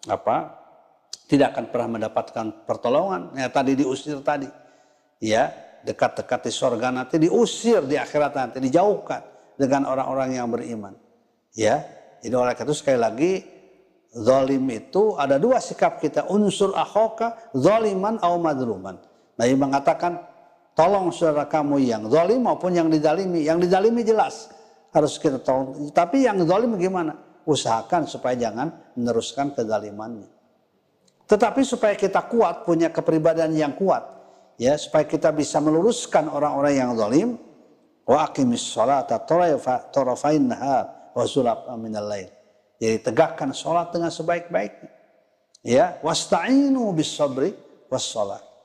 tidak akan pernah mendapatkan pertolongan. Ya, tadi diusir tadi. Ya, dekat-dekat di surga nanti, diusir di akhirat nanti, dijauhkan dengan orang-orang yang beriman. Ya, jadi oleh karena itu sekali lagi, zalim itu ada dua sikap kita, unsur akhaka zaliman au madluman. Nabi mengatakan, tolong saudara kamu yang zalim maupun yang dizalimi. Yang dizalimi jelas harus kita tolong. Tapi yang zalim gimana? Usahakan supaya jangan meneruskan kezalimannya. Tetapi supaya kita kuat, punya kepribadian yang kuat, ya, supaya kita bisa meluruskan orang-orang yang zalim, wa aqimis sholata tarafain nahar wa zulafan minal lail. Jadi tegakkan sholat dengan sebaik-baiknya. Ya, wasta'inu bis sabri was shalah.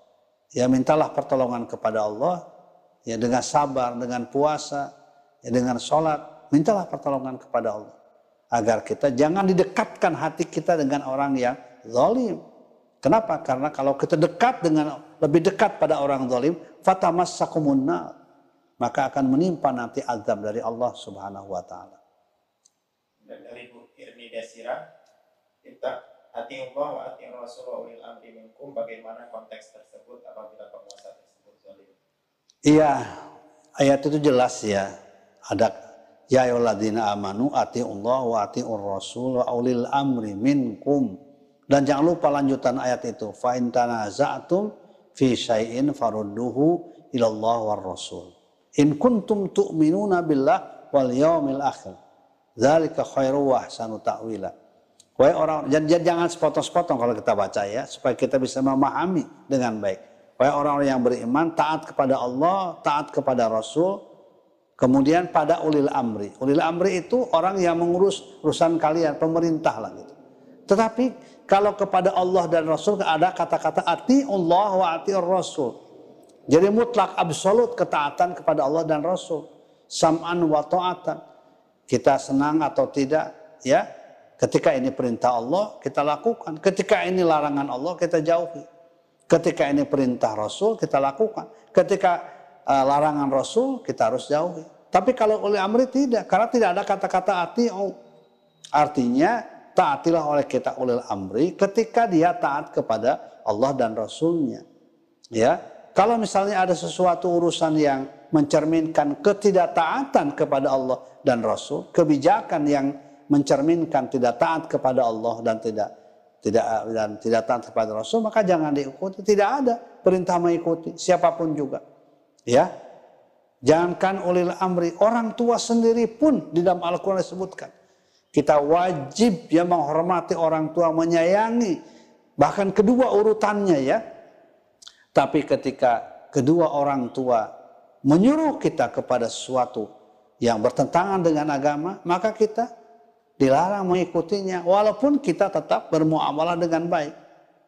Ya mintalah pertolongan kepada Allah, ya dengan sabar, dengan puasa, ya dengan sholat, mintalah pertolongan kepada Allah. Agar kita jangan didekatkan hati kita dengan orang yang zalim. Kenapa? Karena kalau kita lebih dekat pada orang zalim, fatamassakumun nar, maka akan menimpa nanti azab dari Allah Subhanahu wa taala. Dan dari Bu Irni Desira, kita atiullah wa atiur rasul wa ulil amri minkum, bagaimana konteks tersebut apabila penguasa tersebut zalim? Iya, ayat itu jelas ya. Ada ya ayyuhalladzina amanu atiullah wa atiur rasul wa ulil amri minkum. Dan jangan lupa lanjutan ayat itu, fa in tanaza'tum fi syai'in farudduhu ila Allah war rasul. In kuntum tu'minuna billah wal yaumil akhir. Dzalika khairu wa ahsanu ta'wila. Wahai orang, jangan sepotong-sepotong kalau kita baca ya, supaya kita bisa memahami dengan baik. Wahai orang-orang yang beriman, taat kepada Allah, taat kepada Rasul, kemudian pada ulil amri. Ulil amri itu orang yang mengurus urusan kalian, pemerintah lah gitu. Tetapi kalau kepada Allah dan Rasul ada kata-kata atiullah wa atiur Rasul. Jadi mutlak absolut ketaatan kepada Allah dan Rasul. Sam'an wa ta'atan. Kita senang atau tidak, ya. Ketika ini perintah Allah, kita lakukan. Ketika ini larangan Allah, kita jauhi. Ketika ini perintah Rasul, kita lakukan. Ketika larangan Rasul, kita harus jauhi. Tapi kalau oleh amri tidak, karena tidak ada kata-kata ati'u. Artinya, taatilah oleh kita ulil amri ketika dia taat kepada Allah dan Rasulnya. Ya, kalau misalnya ada sesuatu urusan yang mencerminkan ketidaktaatan kepada Allah dan Rasul, kebijakan yang mencerminkan tidak taat kepada Allah dan tidak taat kepada Rasul, maka jangan diikuti. Tidak ada perintah mengikuti siapapun juga. Ya, jangankan ulil amri, orang tua sendiri pun di dalam Al-Quran disebutkan. Kita wajib ya menghormati orang tua, menyayangi, bahkan kedua urutannya ya. Tapi ketika kedua orang tua menyuruh kita kepada sesuatu yang bertentangan dengan agama, maka kita dilarang mengikutinya, walaupun kita tetap bermuamalah dengan baik.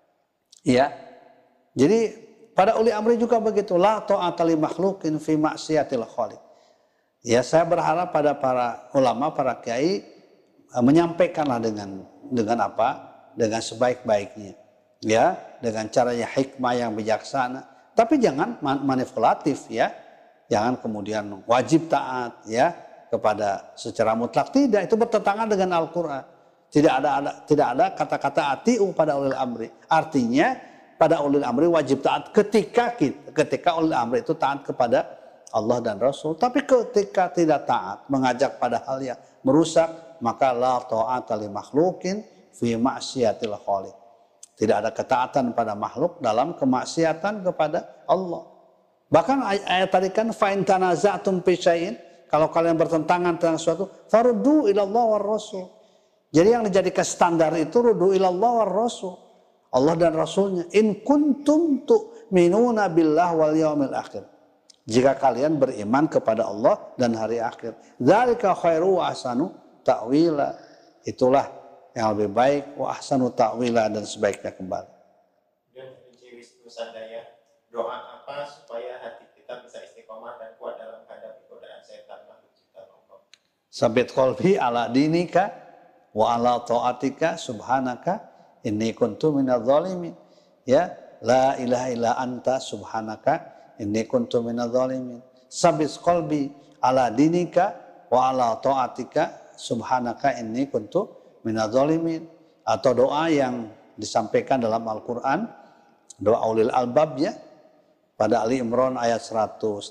Ya, jadi pada uli amri juga begitu, la ta'ata li makhluqin fi maksiatil khaliq. Ya, saya berharap pada para ulama, para kiai menyampaikanlah dengan apa? Dengan sebaik-baiknya. Ya, dengan caranya hikmah yang bijaksana. Tapi jangan manipulatif ya. Jangan kemudian wajib taat ya kepada secara mutlak, tidak, itu bertentangan dengan Al-Qur'an. Tidak ada kata-kata atiu pada ulil amri. Artinya pada ulil amri wajib taat ketika ulil amri itu taat kepada Allah dan Rasul. Tapi ketika tidak taat, mengajak pada hal yang merusak, maka la ta'ata li makhluqin fi maksiatil khaliq. Tidak ada ketaatan pada makhluk dalam kemaksiatan kepada Allah. Bahkan ayat tadi kan fa in tanaza'tum fi syai'in, kalau kalian bertentangan tentang sesuatu, faruddu ila Allah war Rasul. Jadi yang dijadikan standar itu ruddu ila Allah war Rasul. Allah dan Rasulnya. In kuntum tu'minuna billah wal yaumil akhir. Jika kalian beriman kepada Allah dan hari akhir. Dzalika khairu wa ahsanu ta'wila. Itulah yang lebih baik, wa ahsanu ta'wila, dan sebaiknya kembali. Dan Puji Wisnu Sandaya, doa apa supaya hati kita bisa istiqomah dan kuat dalam menghadapi godaan setan makhluk ciptaan Allah? Sabit qalbi ala dinika wa ala ta'atika subhanaka inni kuntu minadz zalimin. Ya, la ilaha illa anta subhanaka inni kuntu minadz zalimin. Sabit qalbi ala dinika wa ala ta'atika subhanaka inni kuntu minadz zalimin. Atau doa yang disampaikan dalam Al-Qur'an, doa ulil albab ya, pada Ali Imran ayat 108,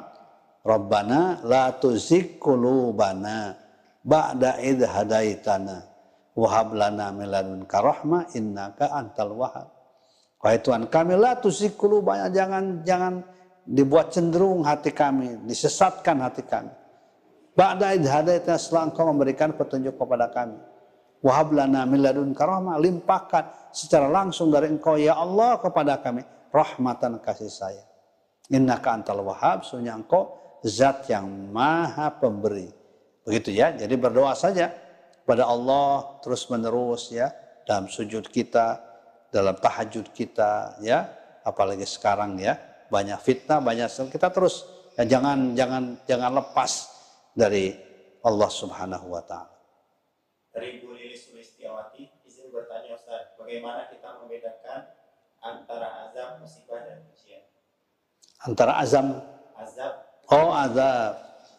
Rabbana la tuzigh qulubana ba'da idh hadaitana wa hab lana min ladunka rahmah innaka antal wahhab. Wahai Tuhan kami, la tuzigh qulubana, jangan dibuat cenderung hati kami, disesatkan hati kami. Ba'da idh hadaitana, setelah Engkau memberikan petunjuk kepada kami. Wa hab lana min ladunka rahmah, limpahkan secara langsung dari Engkau ya Allah kepada kami rahmatan, kasih sayang. Innaka antal wahhab, sesungguhnya Engkau zat yang maha pemberi. Begitu ya. Jadi berdoa saja kepada Allah terus menerus ya, dalam sujud kita, dalam tahajud kita ya, apalagi sekarang ya, banyak fitnah, banyak kita terus ya, jangan lepas dari Allah Subhanahu wa taala. Dari Bu Lilis Sulistiawati, izin bertanya Ustaz, bagaimana kita membedakan antara azab, musibah dan ujian? Antara azab. Oh, azab.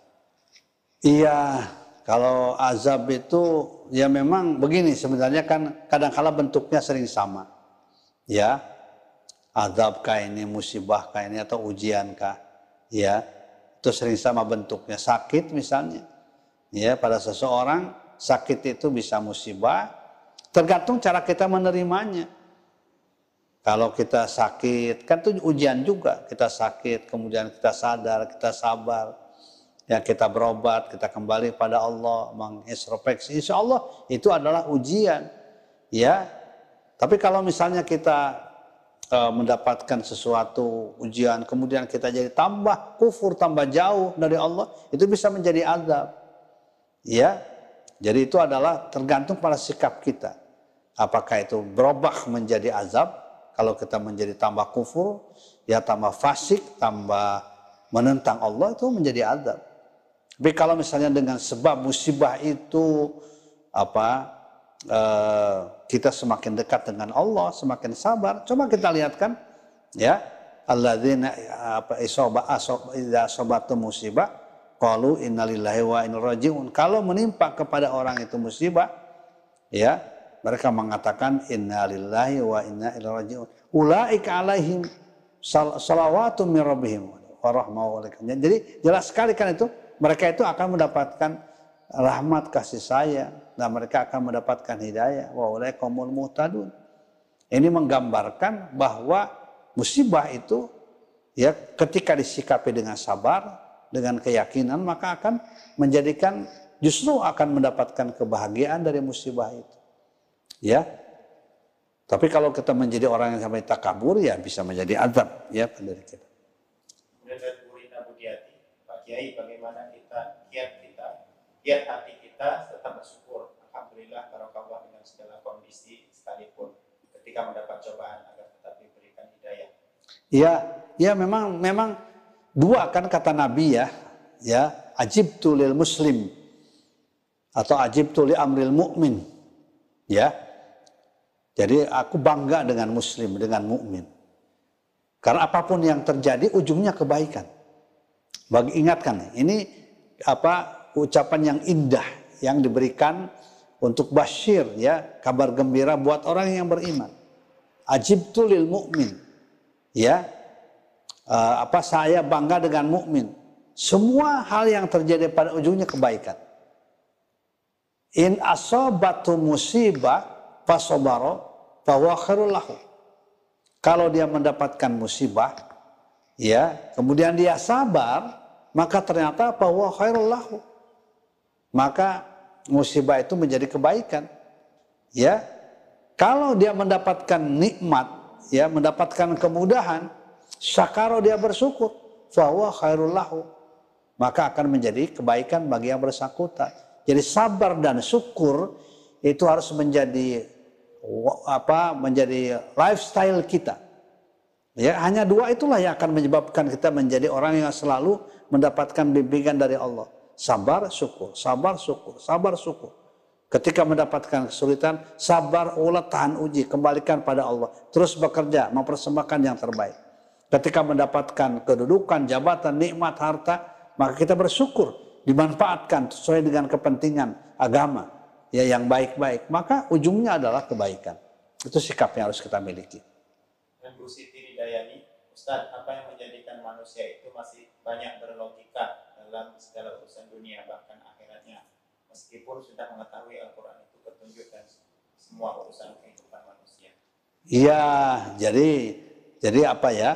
Iya, kalau azab itu ya memang begini, sebenarnya kan kadang-kala bentuknya sering sama. Ya, azab kah ini, musibah kah ini, atau ujian kah? Ya, itu sering sama bentuknya. Sakit misalnya, ya, pada seseorang sakit itu bisa musibah, tergantung cara kita menerimanya. Kalau kita sakit, kan itu ujian juga. Kita sakit, kemudian kita sadar, kita sabar, ya, kita berobat, kita kembali pada Allah, mengintrospeksi. Insya Allah itu adalah ujian, ya. Tapi kalau misalnya kita mendapatkan sesuatu ujian, kemudian kita jadi tambah kufur, tambah jauh dari Allah, itu bisa menjadi azab, ya. Jadi itu adalah tergantung pada sikap kita. Apakah itu berubah menjadi azab? Kalau kita menjadi tambah kufur, ya tambah fasik, tambah menentang Allah, itu menjadi azab. Tapi kalau misalnya dengan sebab musibah itu kita semakin dekat dengan Allah, semakin sabar. Coba kita lihat kan, ya, alladzina idza asabatu musibah qalu innalillahi wa inna rajiun. Kalau menimpa kepada orang itu musibah, ya, mereka mengatakan innalillahi wa inna ilaihi rajiun. Ulaika alaihim salawatu min rabbihim wa rahmatullahi. Jadi jelas sekali kan itu, mereka itu akan mendapatkan rahmat kasih sayang dan mereka akan mendapatkan hidayah. Wa ulaikumul muhtadun. Ini menggambarkan bahwa musibah itu ya ketika disikapi dengan sabar, dengan keyakinan, maka akan menjadikan, justru akan mendapatkan kebahagiaan dari musibah itu. Ya. Tapi kalau kita menjadi orang yang sampai takabur, ya bisa menjadi azab ya dari kita. Kemudian dari Bu Rina Budiati, Pak Kiai, bagaimana kiat hati kita tetap bersyukur, alhamdulillah barokallah dengan segala kondisi sekalipun ketika mendapat cobaan agar tetap diberikan hidayah. Ya memang dua kan kata Nabi ya ajibtu lil muslim atau ajibtu li amril mu'min, ya. Jadi aku bangga dengan muslim, dengan mukmin. Karena apapun yang terjadi ujungnya kebaikan. Ingatkan, ini ucapan yang indah yang diberikan untuk basyir, ya, kabar gembira buat orang yang beriman. Ajibtu lil mu'min, ya. Saya bangga dengan mukmin. Semua hal yang terjadi pada ujungnya kebaikan. In asabatu musibah fasabara bahwa khairul lahu. Kalau dia mendapatkan musibah, ya, kemudian dia sabar, maka ternyata bahwa khairul lahu. Maka musibah itu menjadi kebaikan. Ya. Kalau dia mendapatkan nikmat, ya, mendapatkan kemudahan, syakaro dia bersyukur, bahwa khairul lahu. Maka akan menjadi kebaikan bagi yang bersangkutan. Jadi sabar dan syukur itu harus menjadi lifestyle kita. Ya, hanya dua itulah yang akan menyebabkan kita menjadi orang yang selalu mendapatkan bimbingan dari Allah. Sabar, syukur, sabar, syukur, sabar, syukur. Ketika mendapatkan kesulitan, sabar, ulat, tahan uji, kembalikan pada Allah. Terus bekerja, mempersembahkan yang terbaik. Ketika mendapatkan kedudukan, jabatan, nikmat, harta, maka kita bersyukur, dimanfaatkan sesuai dengan kepentingan agama, ya, yang baik-baik, maka ujungnya adalah kebaikan. Itu sikap yang harus kita miliki. Dan Bu Siti Ridayani, Ustaz, apa yang menjadikan manusia itu masih banyak berlogika dalam segala urusan dunia, bahkan akhiratnya, meskipun sudah mengetahui Al-Quran itu petunjuk dan semua urusan kehidupan manusia? Iya, jadi apa ya?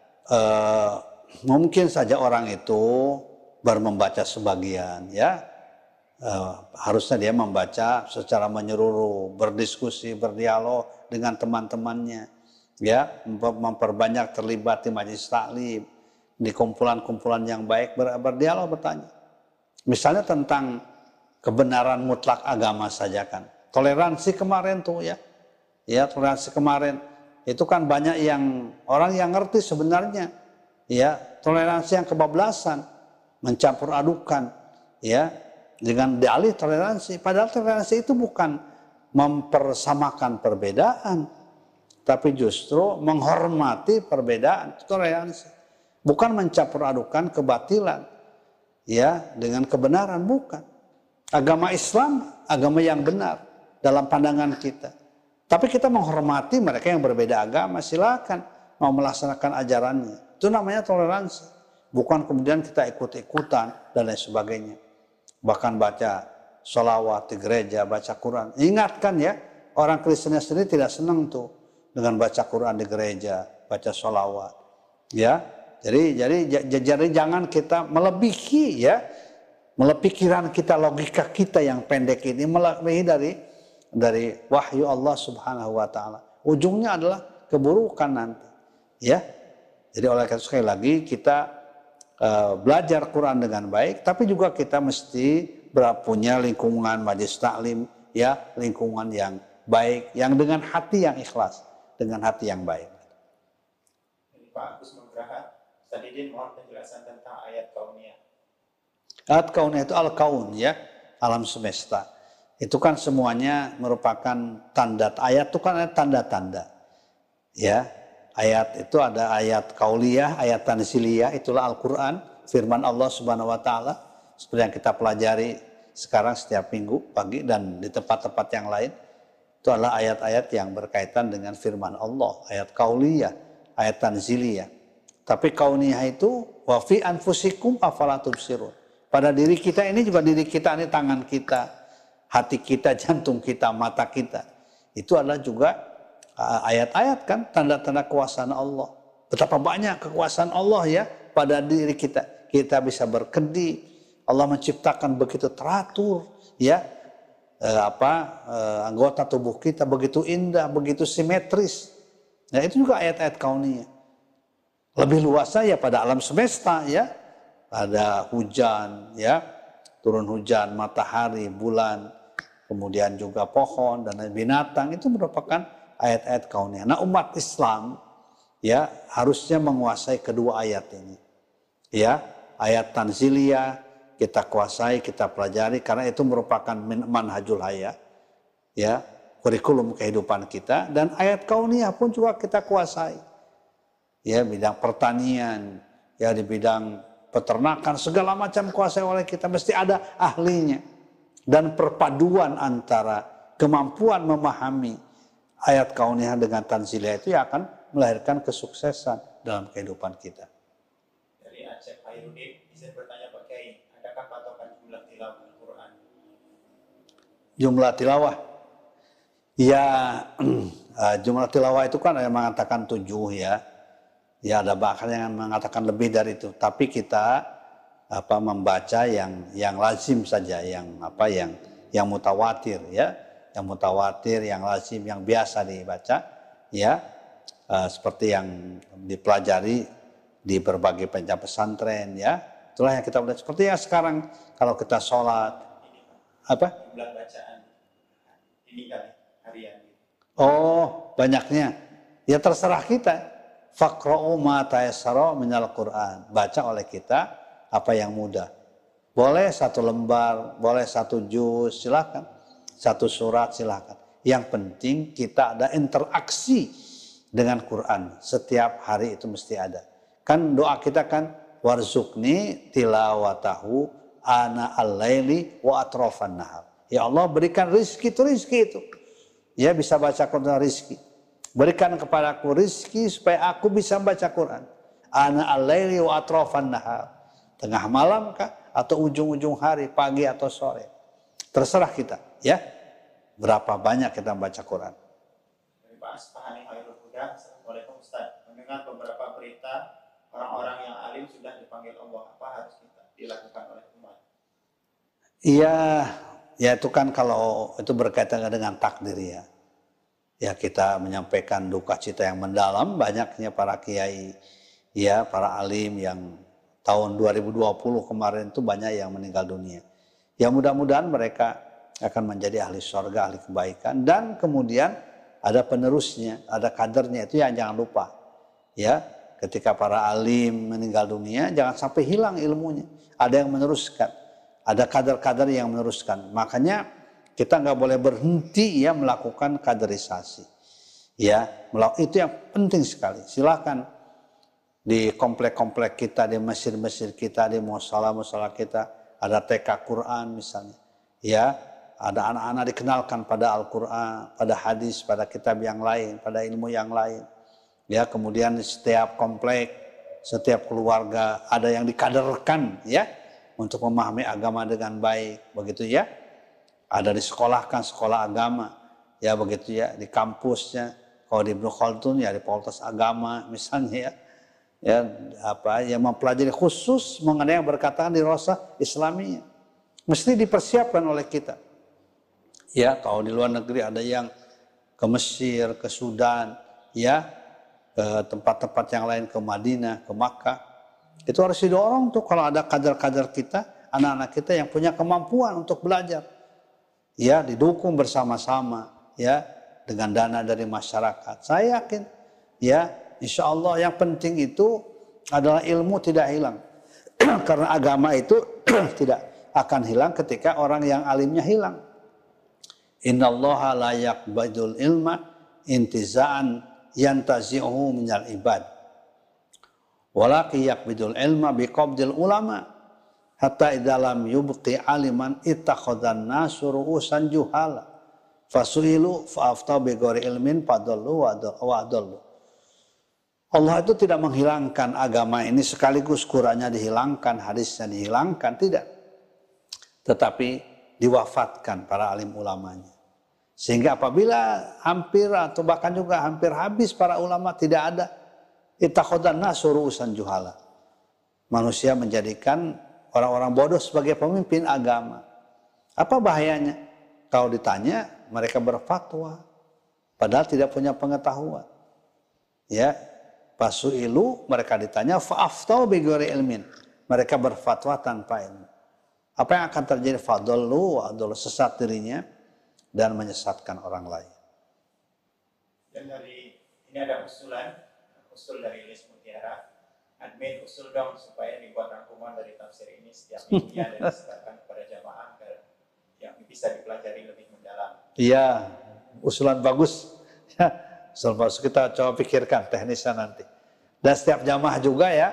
Mungkin saja orang itu baru membaca sebagian, ya. Harusnya dia membaca secara menyeluruh, berdiskusi, berdialog dengan teman-temannya, ya, memperbanyak terlibat di majelis taklim, di kumpulan-kumpulan yang baik, berdialog, bertanya. Misalnya tentang kebenaran mutlak agama saja kan. Toleransi kemarin tuh, ya toleransi kemarin, Itu kan banyak yang orang yang ngerti sebenarnya, ya, toleransi yang kebablasan, mencampur adukan, ya, dengan dalih toleransi. Padahal toleransi itu bukan mempersamakan perbedaan, tapi justru menghormati perbedaan. Toleransi bukan mencampur adukan kebatilan, ya, dengan kebenaran, bukan. Agama Islam agama yang benar dalam pandangan kita. Tapi kita menghormati mereka yang berbeda agama, silakan mau melaksanakan ajarannya. Itu namanya toleransi. Bukan kemudian kita ikut-ikutan dan lain sebagainya. Bahkan baca sholawat di gereja, baca Quran. Ingatkan ya, orang Kristennya sendiri tidak senang tuh dengan baca Quran di gereja, baca sholawat. Ya, jadi jangan kita melebihi, ya, melebihi pikiran kita, logika kita yang pendek ini, melebihi dari wahyu Allah Subhanahu wa taala. Ujungnya adalah keburukan nanti, ya. Jadi oleh karena sekali lagi kita belajar Quran dengan baik, tapi juga kita mesti punya lingkungan majelis taklim, ya, lingkungan yang baik, yang dengan hati yang ikhlas, dengan hati yang baik. Jadi Pak Agus Nugraha, Ustadz mohon penjelasan tentang ayat kauniyah. Ayat kauniyah itu al-kaun, ya, alam semesta. Itu kan semuanya merupakan tanda. Ayat itu kan ada tanda-tanda, ya. Ayat itu ada ayat kauliyah, ayat tanziliyah, itulah Al-Quran, firman Allah Subhanahu wa taala, seperti yang kita pelajari sekarang setiap minggu pagi dan di tempat-tempat yang lain. Itu adalah ayat-ayat yang berkaitan dengan firman Allah, ayat kauliyah, ayat tanziliyah. Tapi kauniyah itu wa fi anfusikum afala tubsirun. Pada diri kita ini juga, diri kita ini tangan kita, hati kita, jantung kita, mata kita. Itu adalah juga ayat-ayat kan, tanda-tanda kekuasaan Allah. Betapa banyak kekuasaan Allah ya pada diri kita. Kita bisa berkedip. Allah menciptakan begitu teratur, ya, anggota tubuh kita begitu indah, begitu simetris. Nah, itu juga ayat-ayat kauniyah. Lebih luasnya ya pada alam semesta, ya. Ada hujan, ya, turun hujan, matahari, bulan, kemudian juga pohon dan binatang, itu merupakan ayat-ayat kauniyah. Nah, umat Islam, ya, harusnya menguasai kedua ayat ini. Ya, ayat tanziliyah kita kuasai, kita pelajari, karena itu merupakan manhajul hayat, ya, kurikulum kehidupan kita. Dan ayat kauniyah pun juga kita kuasai. Ya, bidang pertanian, ya, di bidang peternakan, segala macam kuasai oleh kita, mesti ada ahlinya. Dan perpaduan antara kemampuan memahami ayat kauniyah dengan tanziliyah itu yang akan melahirkan kesuksesan dalam kehidupan kita. Dari Aceh Hairudin, izin bertanya Pak Kiai, adakah patokan jumlah tilawah Al-Quran? Jumlah tilawah, ya, jumlah tilawah itu kan ada yang mengatakan 7, ya. Ya, ada bahkan yang mengatakan lebih dari itu. Tapi kita membaca yang lazim saja, yang mutawatir, ya, yang mutawatir, yang lazim, yang biasa dibaca, ya, seperti yang dipelajari di berbagai penjara pesantren, ya. Itulah yang kita belajar. Seperti yang sekarang kalau kita sholat, Jumlah bacaan ini kali harian. Oh, banyaknya. Ya terserah kita. Faqra'u ma tayassara minal Qur'an. Baca oleh kita apa yang mudah. Boleh 1 lembar, boleh 1 juz, silakan. 1 surat, silakan. Yang penting kita ada interaksi dengan Quran. Setiap hari itu mesti ada. Kan doa kita kan, warzuqni tilawatahu ana al-laili wa atrafan nahar. Ya Allah, berikan rizki itu. Ya, bisa baca Quran, rizki. Berikan kepadaku rizki supaya aku bisa baca Quran. Ana al-laili wa atrafan nahar. Tengah malam kah? Atau ujung-ujung hari, pagi atau sore. Terserah kita, ya. Berapa banyak kita baca Quran. Dari Pak Asfahani Khairul Huda, Assalamualaikum Ustaz. Mendengar beberapa berita orang-orang yang alim sudah dipanggil Allah. Apa harus kita dilakukan oleh umat? Iya, ya itu kan kalau itu berkaitan dengan takdir, ya. Ya, kita menyampaikan duka cita yang mendalam, banyaknya para kiai, ya, para alim yang tahun 2020 kemarin itu banyak yang meninggal dunia. Ya, mudah-mudahan mereka akan menjadi ahli surga, ahli kebaikan, dan kemudian ada penerusnya, ada kadernya, itu yang jangan lupa. Ya, ketika para alim meninggal dunia, jangan sampai hilang ilmunya. Ada yang meneruskan, ada kader-kader yang meneruskan. Makanya kita nggak boleh berhenti ya melakukan kaderisasi. Ya, itu yang penting sekali. Silakan di komplek-komplek kita, di masjid-masjid kita, di mushola-mushola kita, ada TK Quran misalnya. Ya, ada anak-anak dikenalkan pada Al-Quran, pada hadis, pada kitab yang lain, pada ilmu yang lain. Ya, kemudian setiap komplek, setiap keluarga ada yang dikaderkan ya untuk memahami agama dengan baik, begitu ya. Ada disekolahkan sekolah agama, ya begitu ya, di kampusnya. Kalau di Ibnu Khaldun ya di Fakultas Agama misalnya ya. Ya, yang mempelajari khusus mengenai yang berkaitan di Rosa Islamiyah. Mesti dipersiapkan oleh kita. Ya, kalau di luar negeri ada yang ke Mesir, ke Sudan, ya, ke tempat-tempat yang lain, ke Madinah, ke Makkah. Itu harus didorong tuh kalau ada kader-kader kita, anak-anak kita yang punya kemampuan untuk belajar. Ya, didukung bersama-sama, ya, dengan dana dari masyarakat. Saya yakin, ya, insya Allah yang penting itu adalah ilmu tidak hilang. Karena agama itu tidak akan hilang ketika orang yang alimnya hilang. Innallaha la yaqbadul ilma intiza'an yantazi'uhu minal ibad. Walaki yaqbidul ilma biqabdil ulama. Hatta idalam yubqi aliman ittakhadhan nasu ru'usan juhala. Fasu'ilu fa'aftau bigori ilmin fadallu wa'adallu. Allah itu tidak menghilangkan agama ini sekaligus Qur'annya dihilangkan, hadisnya dihilangkan, tidak. Tetapi diwafatkan para alim ulamanya. Sehingga apabila hampir atau bahkan juga hampir habis para ulama, tidak ada. Ittakhadhan nasu ru'usan juhala. Manusia menjadikan orang-orang bodoh sebagai pemimpin agama. Apa bahayanya? Kalau ditanya, mereka berfatwa. Padahal tidak punya pengetahuan. Ya, pasu'ilu, mereka ditanya, fa'aftau bighairi ilmin. Mereka berfatwa tanpa ilmu. Apa yang akan terjadi? Fadallu wa'adallu, sesat dirinya dan menyesatkan orang lain. Dan dari ini ada usul dari Lis Mutiara. Admin usul dong supaya dibuat rangkuman dari tafsir ini setiap minggunya dan diserahkan kepada jamaah agar yang bisa dipelajari lebih mendalam. Iya, usulan bagus. Ya, usulan bagus, kita coba pikirkan teknisnya nanti. Dan setiap jamaah juga ya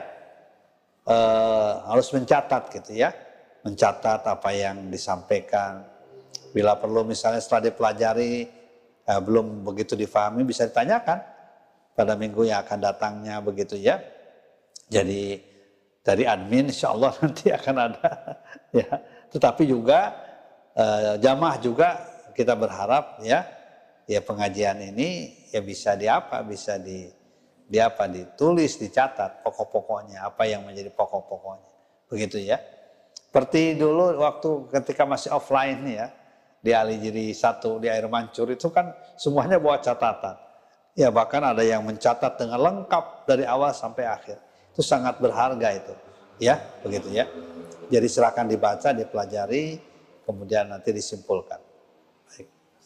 harus mencatat gitu ya. Mencatat apa yang disampaikan. Bila perlu misalnya setelah dipelajari belum begitu difahami, bisa ditanyakan pada minggu yang akan datangnya begitu ya. Jadi dari admin insya Allah nanti akan ada ya. Tetapi juga jamaah juga kita berharap ya pengajian ini ya bisa ditulis, dicatat pokok-pokoknya, apa yang menjadi pokok-pokoknya. Begitu ya. Seperti dulu waktu ketika masih offline ya, di Alijiri 1 di Air Mancur itu kan semuanya bawa catatan. Ya bahkan ada yang mencatat dengan lengkap dari awal sampai akhir. Itu sangat berharga itu. Ya, begitu ya. Jadi silakan dibaca, dipelajari, kemudian nanti disimpulkan. Baik.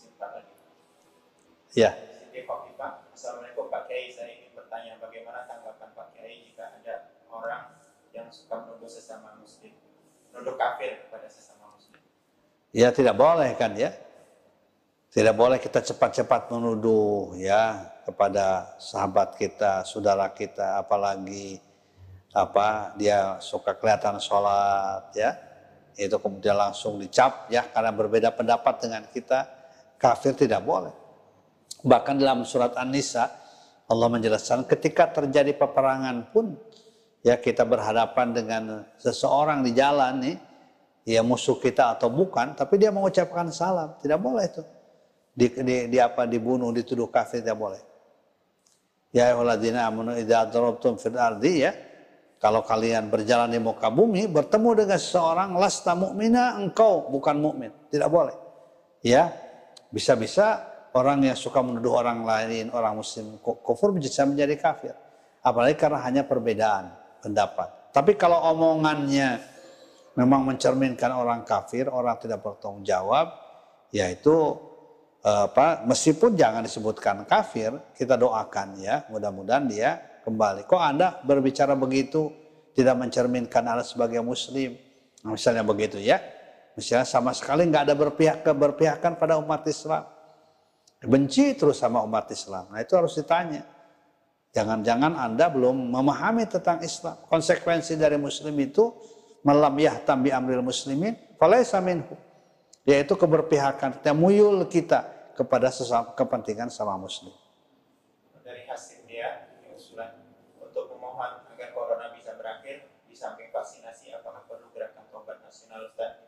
Ya. Assalamualaikum Pak Kiai, saya ingin bertanya bagaimana tanggapan Pak Kiai jika ada orang yang suka menuduh sesama muslim, menuduh kafir kepada sesama muslim? Ya tidak boleh kan ya. Tidak boleh kita cepat-cepat menuduh ya kepada sahabat kita, saudara kita, apalagi dia suka kelihatan sholat ya, itu kemudian langsung dicap ya karena berbeda pendapat dengan kita, kafir tidak boleh. Bahkan dalam surat An-Nisa Allah menjelaskan ketika terjadi peperangan pun ya kita berhadapan dengan seseorang di jalan nih, ya musuh kita atau bukan, tapi dia mengucapkan salam, tidak boleh itu. Dibunuh, dituduh kafir, tidak boleh. Ya ayyuhalladzina amanu idza darabtum fil ardi ya. Kalau kalian berjalan di muka bumi, bertemu dengan seseorang, lasta mu'mina, engkau bukan mukmin, tidak boleh. Ya, bisa-bisa orang yang suka menuduh orang lain, orang muslim kufur bisa menjadi kafir. Apalagi karena hanya perbedaan pendapat. Tapi kalau omongannya memang mencerminkan orang kafir, orang tidak bertanggung jawab, ya itu meskipun jangan disebutkan kafir, kita doakan ya, mudah-mudahan dia kembali. Kok Anda berbicara begitu, tidak mencerminkan Anda sebagai muslim? Nah, misalnya begitu ya. Misalnya sama sekali nggak ada berpihakan pada umat Islam. Benci terus sama umat Islam. Nah itu harus ditanya. Jangan-jangan Anda belum memahami tentang Islam. Konsekuensi dari muslim itu, malam yahtam bi amril muslimin, falaysa minhu. Yaitu keberpihakan, temuyul kita kepada kepentingan sama muslim. Dari hasil dia, usulan untuk memohon agar corona bisa berakhir, di samping vaksinasi, apakah perlu gerakan tobat nasional Ustaz?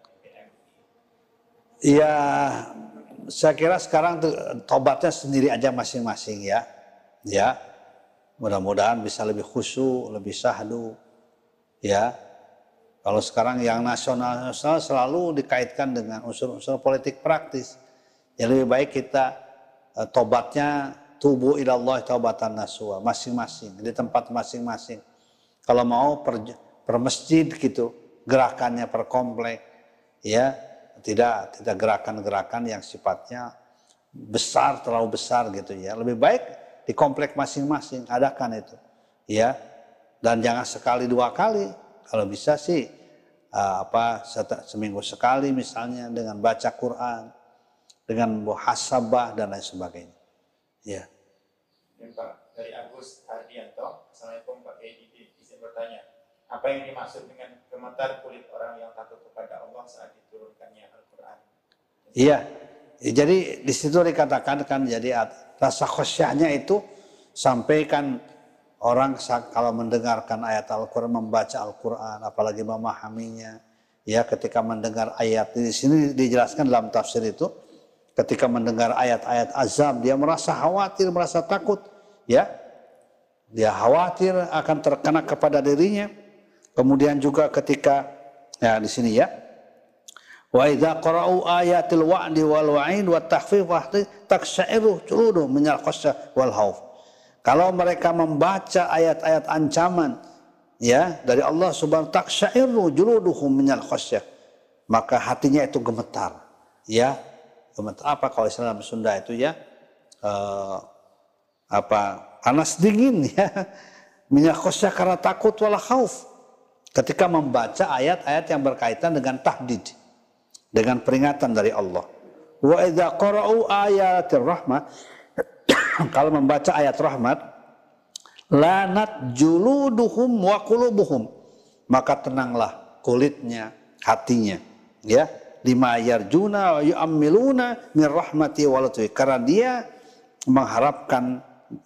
Ya, saya kira sekarang tobatnya sendiri aja masing-masing ya. Ya, mudah-mudahan bisa lebih khusyuk, lebih syahdu. Ya, kalau sekarang yang nasional selalu dikaitkan dengan unsur-unsur politik praktis. Ya lebih baik kita tobatnya tubu ilallah taubatan nasuha, masing-masing di tempat masing-masing. Kalau mau per masjid gitu, gerakannya per komplek, ya. Tidak gerakan-gerakan yang sifatnya besar, terlalu besar gitu ya. Lebih baik di komplek masing-masing adakan itu, ya. Dan jangan sekali dua kali. Kalau bisa sih seminggu sekali misalnya dengan baca Quran, dengan muhasabah dan lain sebagainya. Ya. Pak, dari Agus Ardianto, Assalamualaikum Pak Kiai, izin bertanya, apa yang dimaksud dengan gemetar kulit orang yang takut kepada Allah saat diturunkannya Al-Quran? Iya, jadi di situ dikatakan kan, jadi rasa khusyahnya itu sampai kan orang kalau mendengarkan ayat Al-Quran, membaca Al-Quran, apalagi memahaminya, ya ketika mendengar ayat di sini dijelaskan dalam tafsir itu, ketika mendengar ayat-ayat azab dia merasa khawatir, merasa takut, ya, dia khawatir akan terkena kepada dirinya. Kemudian juga ketika ya di sini ya, wa idza qara'u ayatil wa'di wal wa'id wat takhfif wa taksyairu juluduhum minal khasyah wal khauf. Kalau mereka membaca ayat-ayat ancaman ya dari Allah Subhanahu wa ta'ala, taksyairu juluduhum minal khasyah, maka hatinya itu gemetar. Ya, gemetar apa kalau istilah Sunda itu ya? Panas dingin ya. Minal khasyah karena takut wal khauf. Ketika membaca ayat-ayat yang berkaitan dengan tahdid, dengan peringatan dari Allah. Wa idza qara'u ayatir rahmat, kalau membaca ayat rahmat, lanat juluduhum wa qulubuhum, maka tenanglah kulitnya, hatinya, ya. Lima yarjuna wa yu'ammiluna min rahmati wa lutfi, karena dia mengharapkan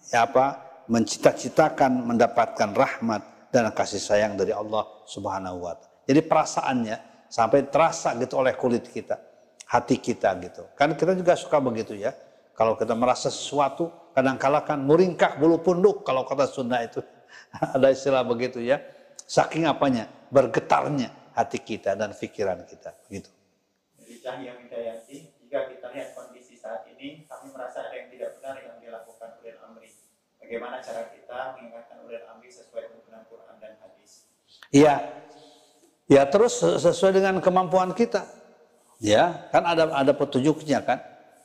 mencita-citakan mendapatkan rahmat dan kasih sayang dari Allah Subhanahu wa ta'ala. Jadi perasaannya sampai terasa gitu oleh kulit kita, hati kita gitu. Kan kita juga suka begitu ya. Kalau kita merasa sesuatu, kadang-kala kan muringkak bulu punduk kalau kata Sunda itu. Ada istilah begitu ya. Saking apanya? Bergetarnya hati kita dan pikiran kita begitu. Dari Cahya Widayanti, jika kita lihat kondisi saat ini, kami merasa ada yang tidak benar yang dilakukan ulil amri. Bagaimana cara kita mengingatkan ulil amri sesuai tuntunan Quran dan hadis? Iya, ya terus sesuai dengan kemampuan kita. Ya, kan ada petunjuknya kan.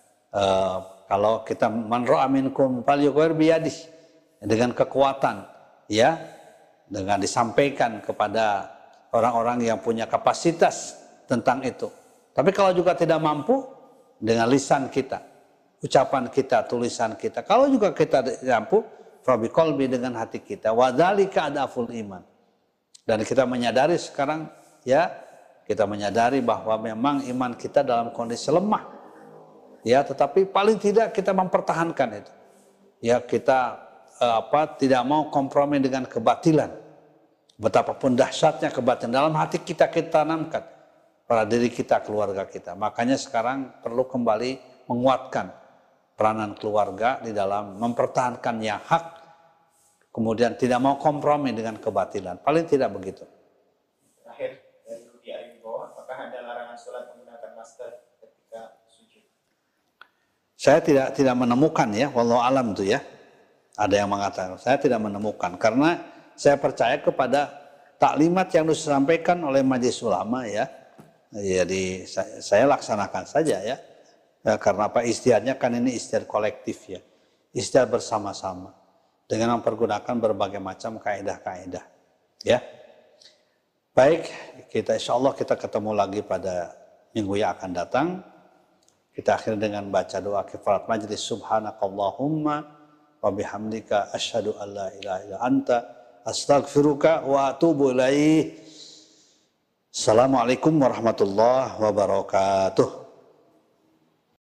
Kalau kita man ra'a minkum falyughayyir biyadihi, dengan kekuatan, ya, dengan disampaikan kepada orang-orang yang punya kapasitas tentang itu. Tapi kalau juga tidak mampu, dengan lisan kita, ucapan kita, tulisan kita. Kalau juga kita mampu, fa biqalbi, dengan hati kita. Wa dzalika adaful iman. Dan kita menyadari sekarang, ya, kita menyadari bahwa memang iman kita dalam kondisi lemah. Ya, tetapi paling tidak kita mempertahankan itu. Ya, kita tidak mau kompromi dengan kebatilan. Betapapun dahsyatnya kebatilan dalam hati kita tanamkan pada diri kita, keluarga kita. Makanya sekarang perlu kembali menguatkan peranan keluarga di dalam mempertahankan yang hak, kemudian tidak mau kompromi dengan kebatilan. Paling tidak begitu. Terakhir, dari Rudi Ariwibowo, apakah ada larangan sholat menggunakan masker ketika sujud? Saya tidak menemukan ya, wallahu alam itu ya. Ada yang mengatakan, saya tidak menemukan. Karena saya percaya kepada taklimat yang disampaikan oleh majelis ulama ya. Jadi saya laksanakan saja ya. Ya, karena apa? Ijtihadnya kan ini ijtihad kolektif ya. Ijtihad bersama-sama dengan mempergunakan berbagai macam kaidah-kaidah. Ya. Baik, kita insya Allah kita ketemu lagi pada minggu yang akan datang. Kita akhiri dengan baca doa kifarat majlis. Subhanakallahumma wa bihamdika asyhadu an la ilaha illa anta astaghfiruka wa atubu ilaih. Assalamualaikum warahmatullahi wabarakatuh.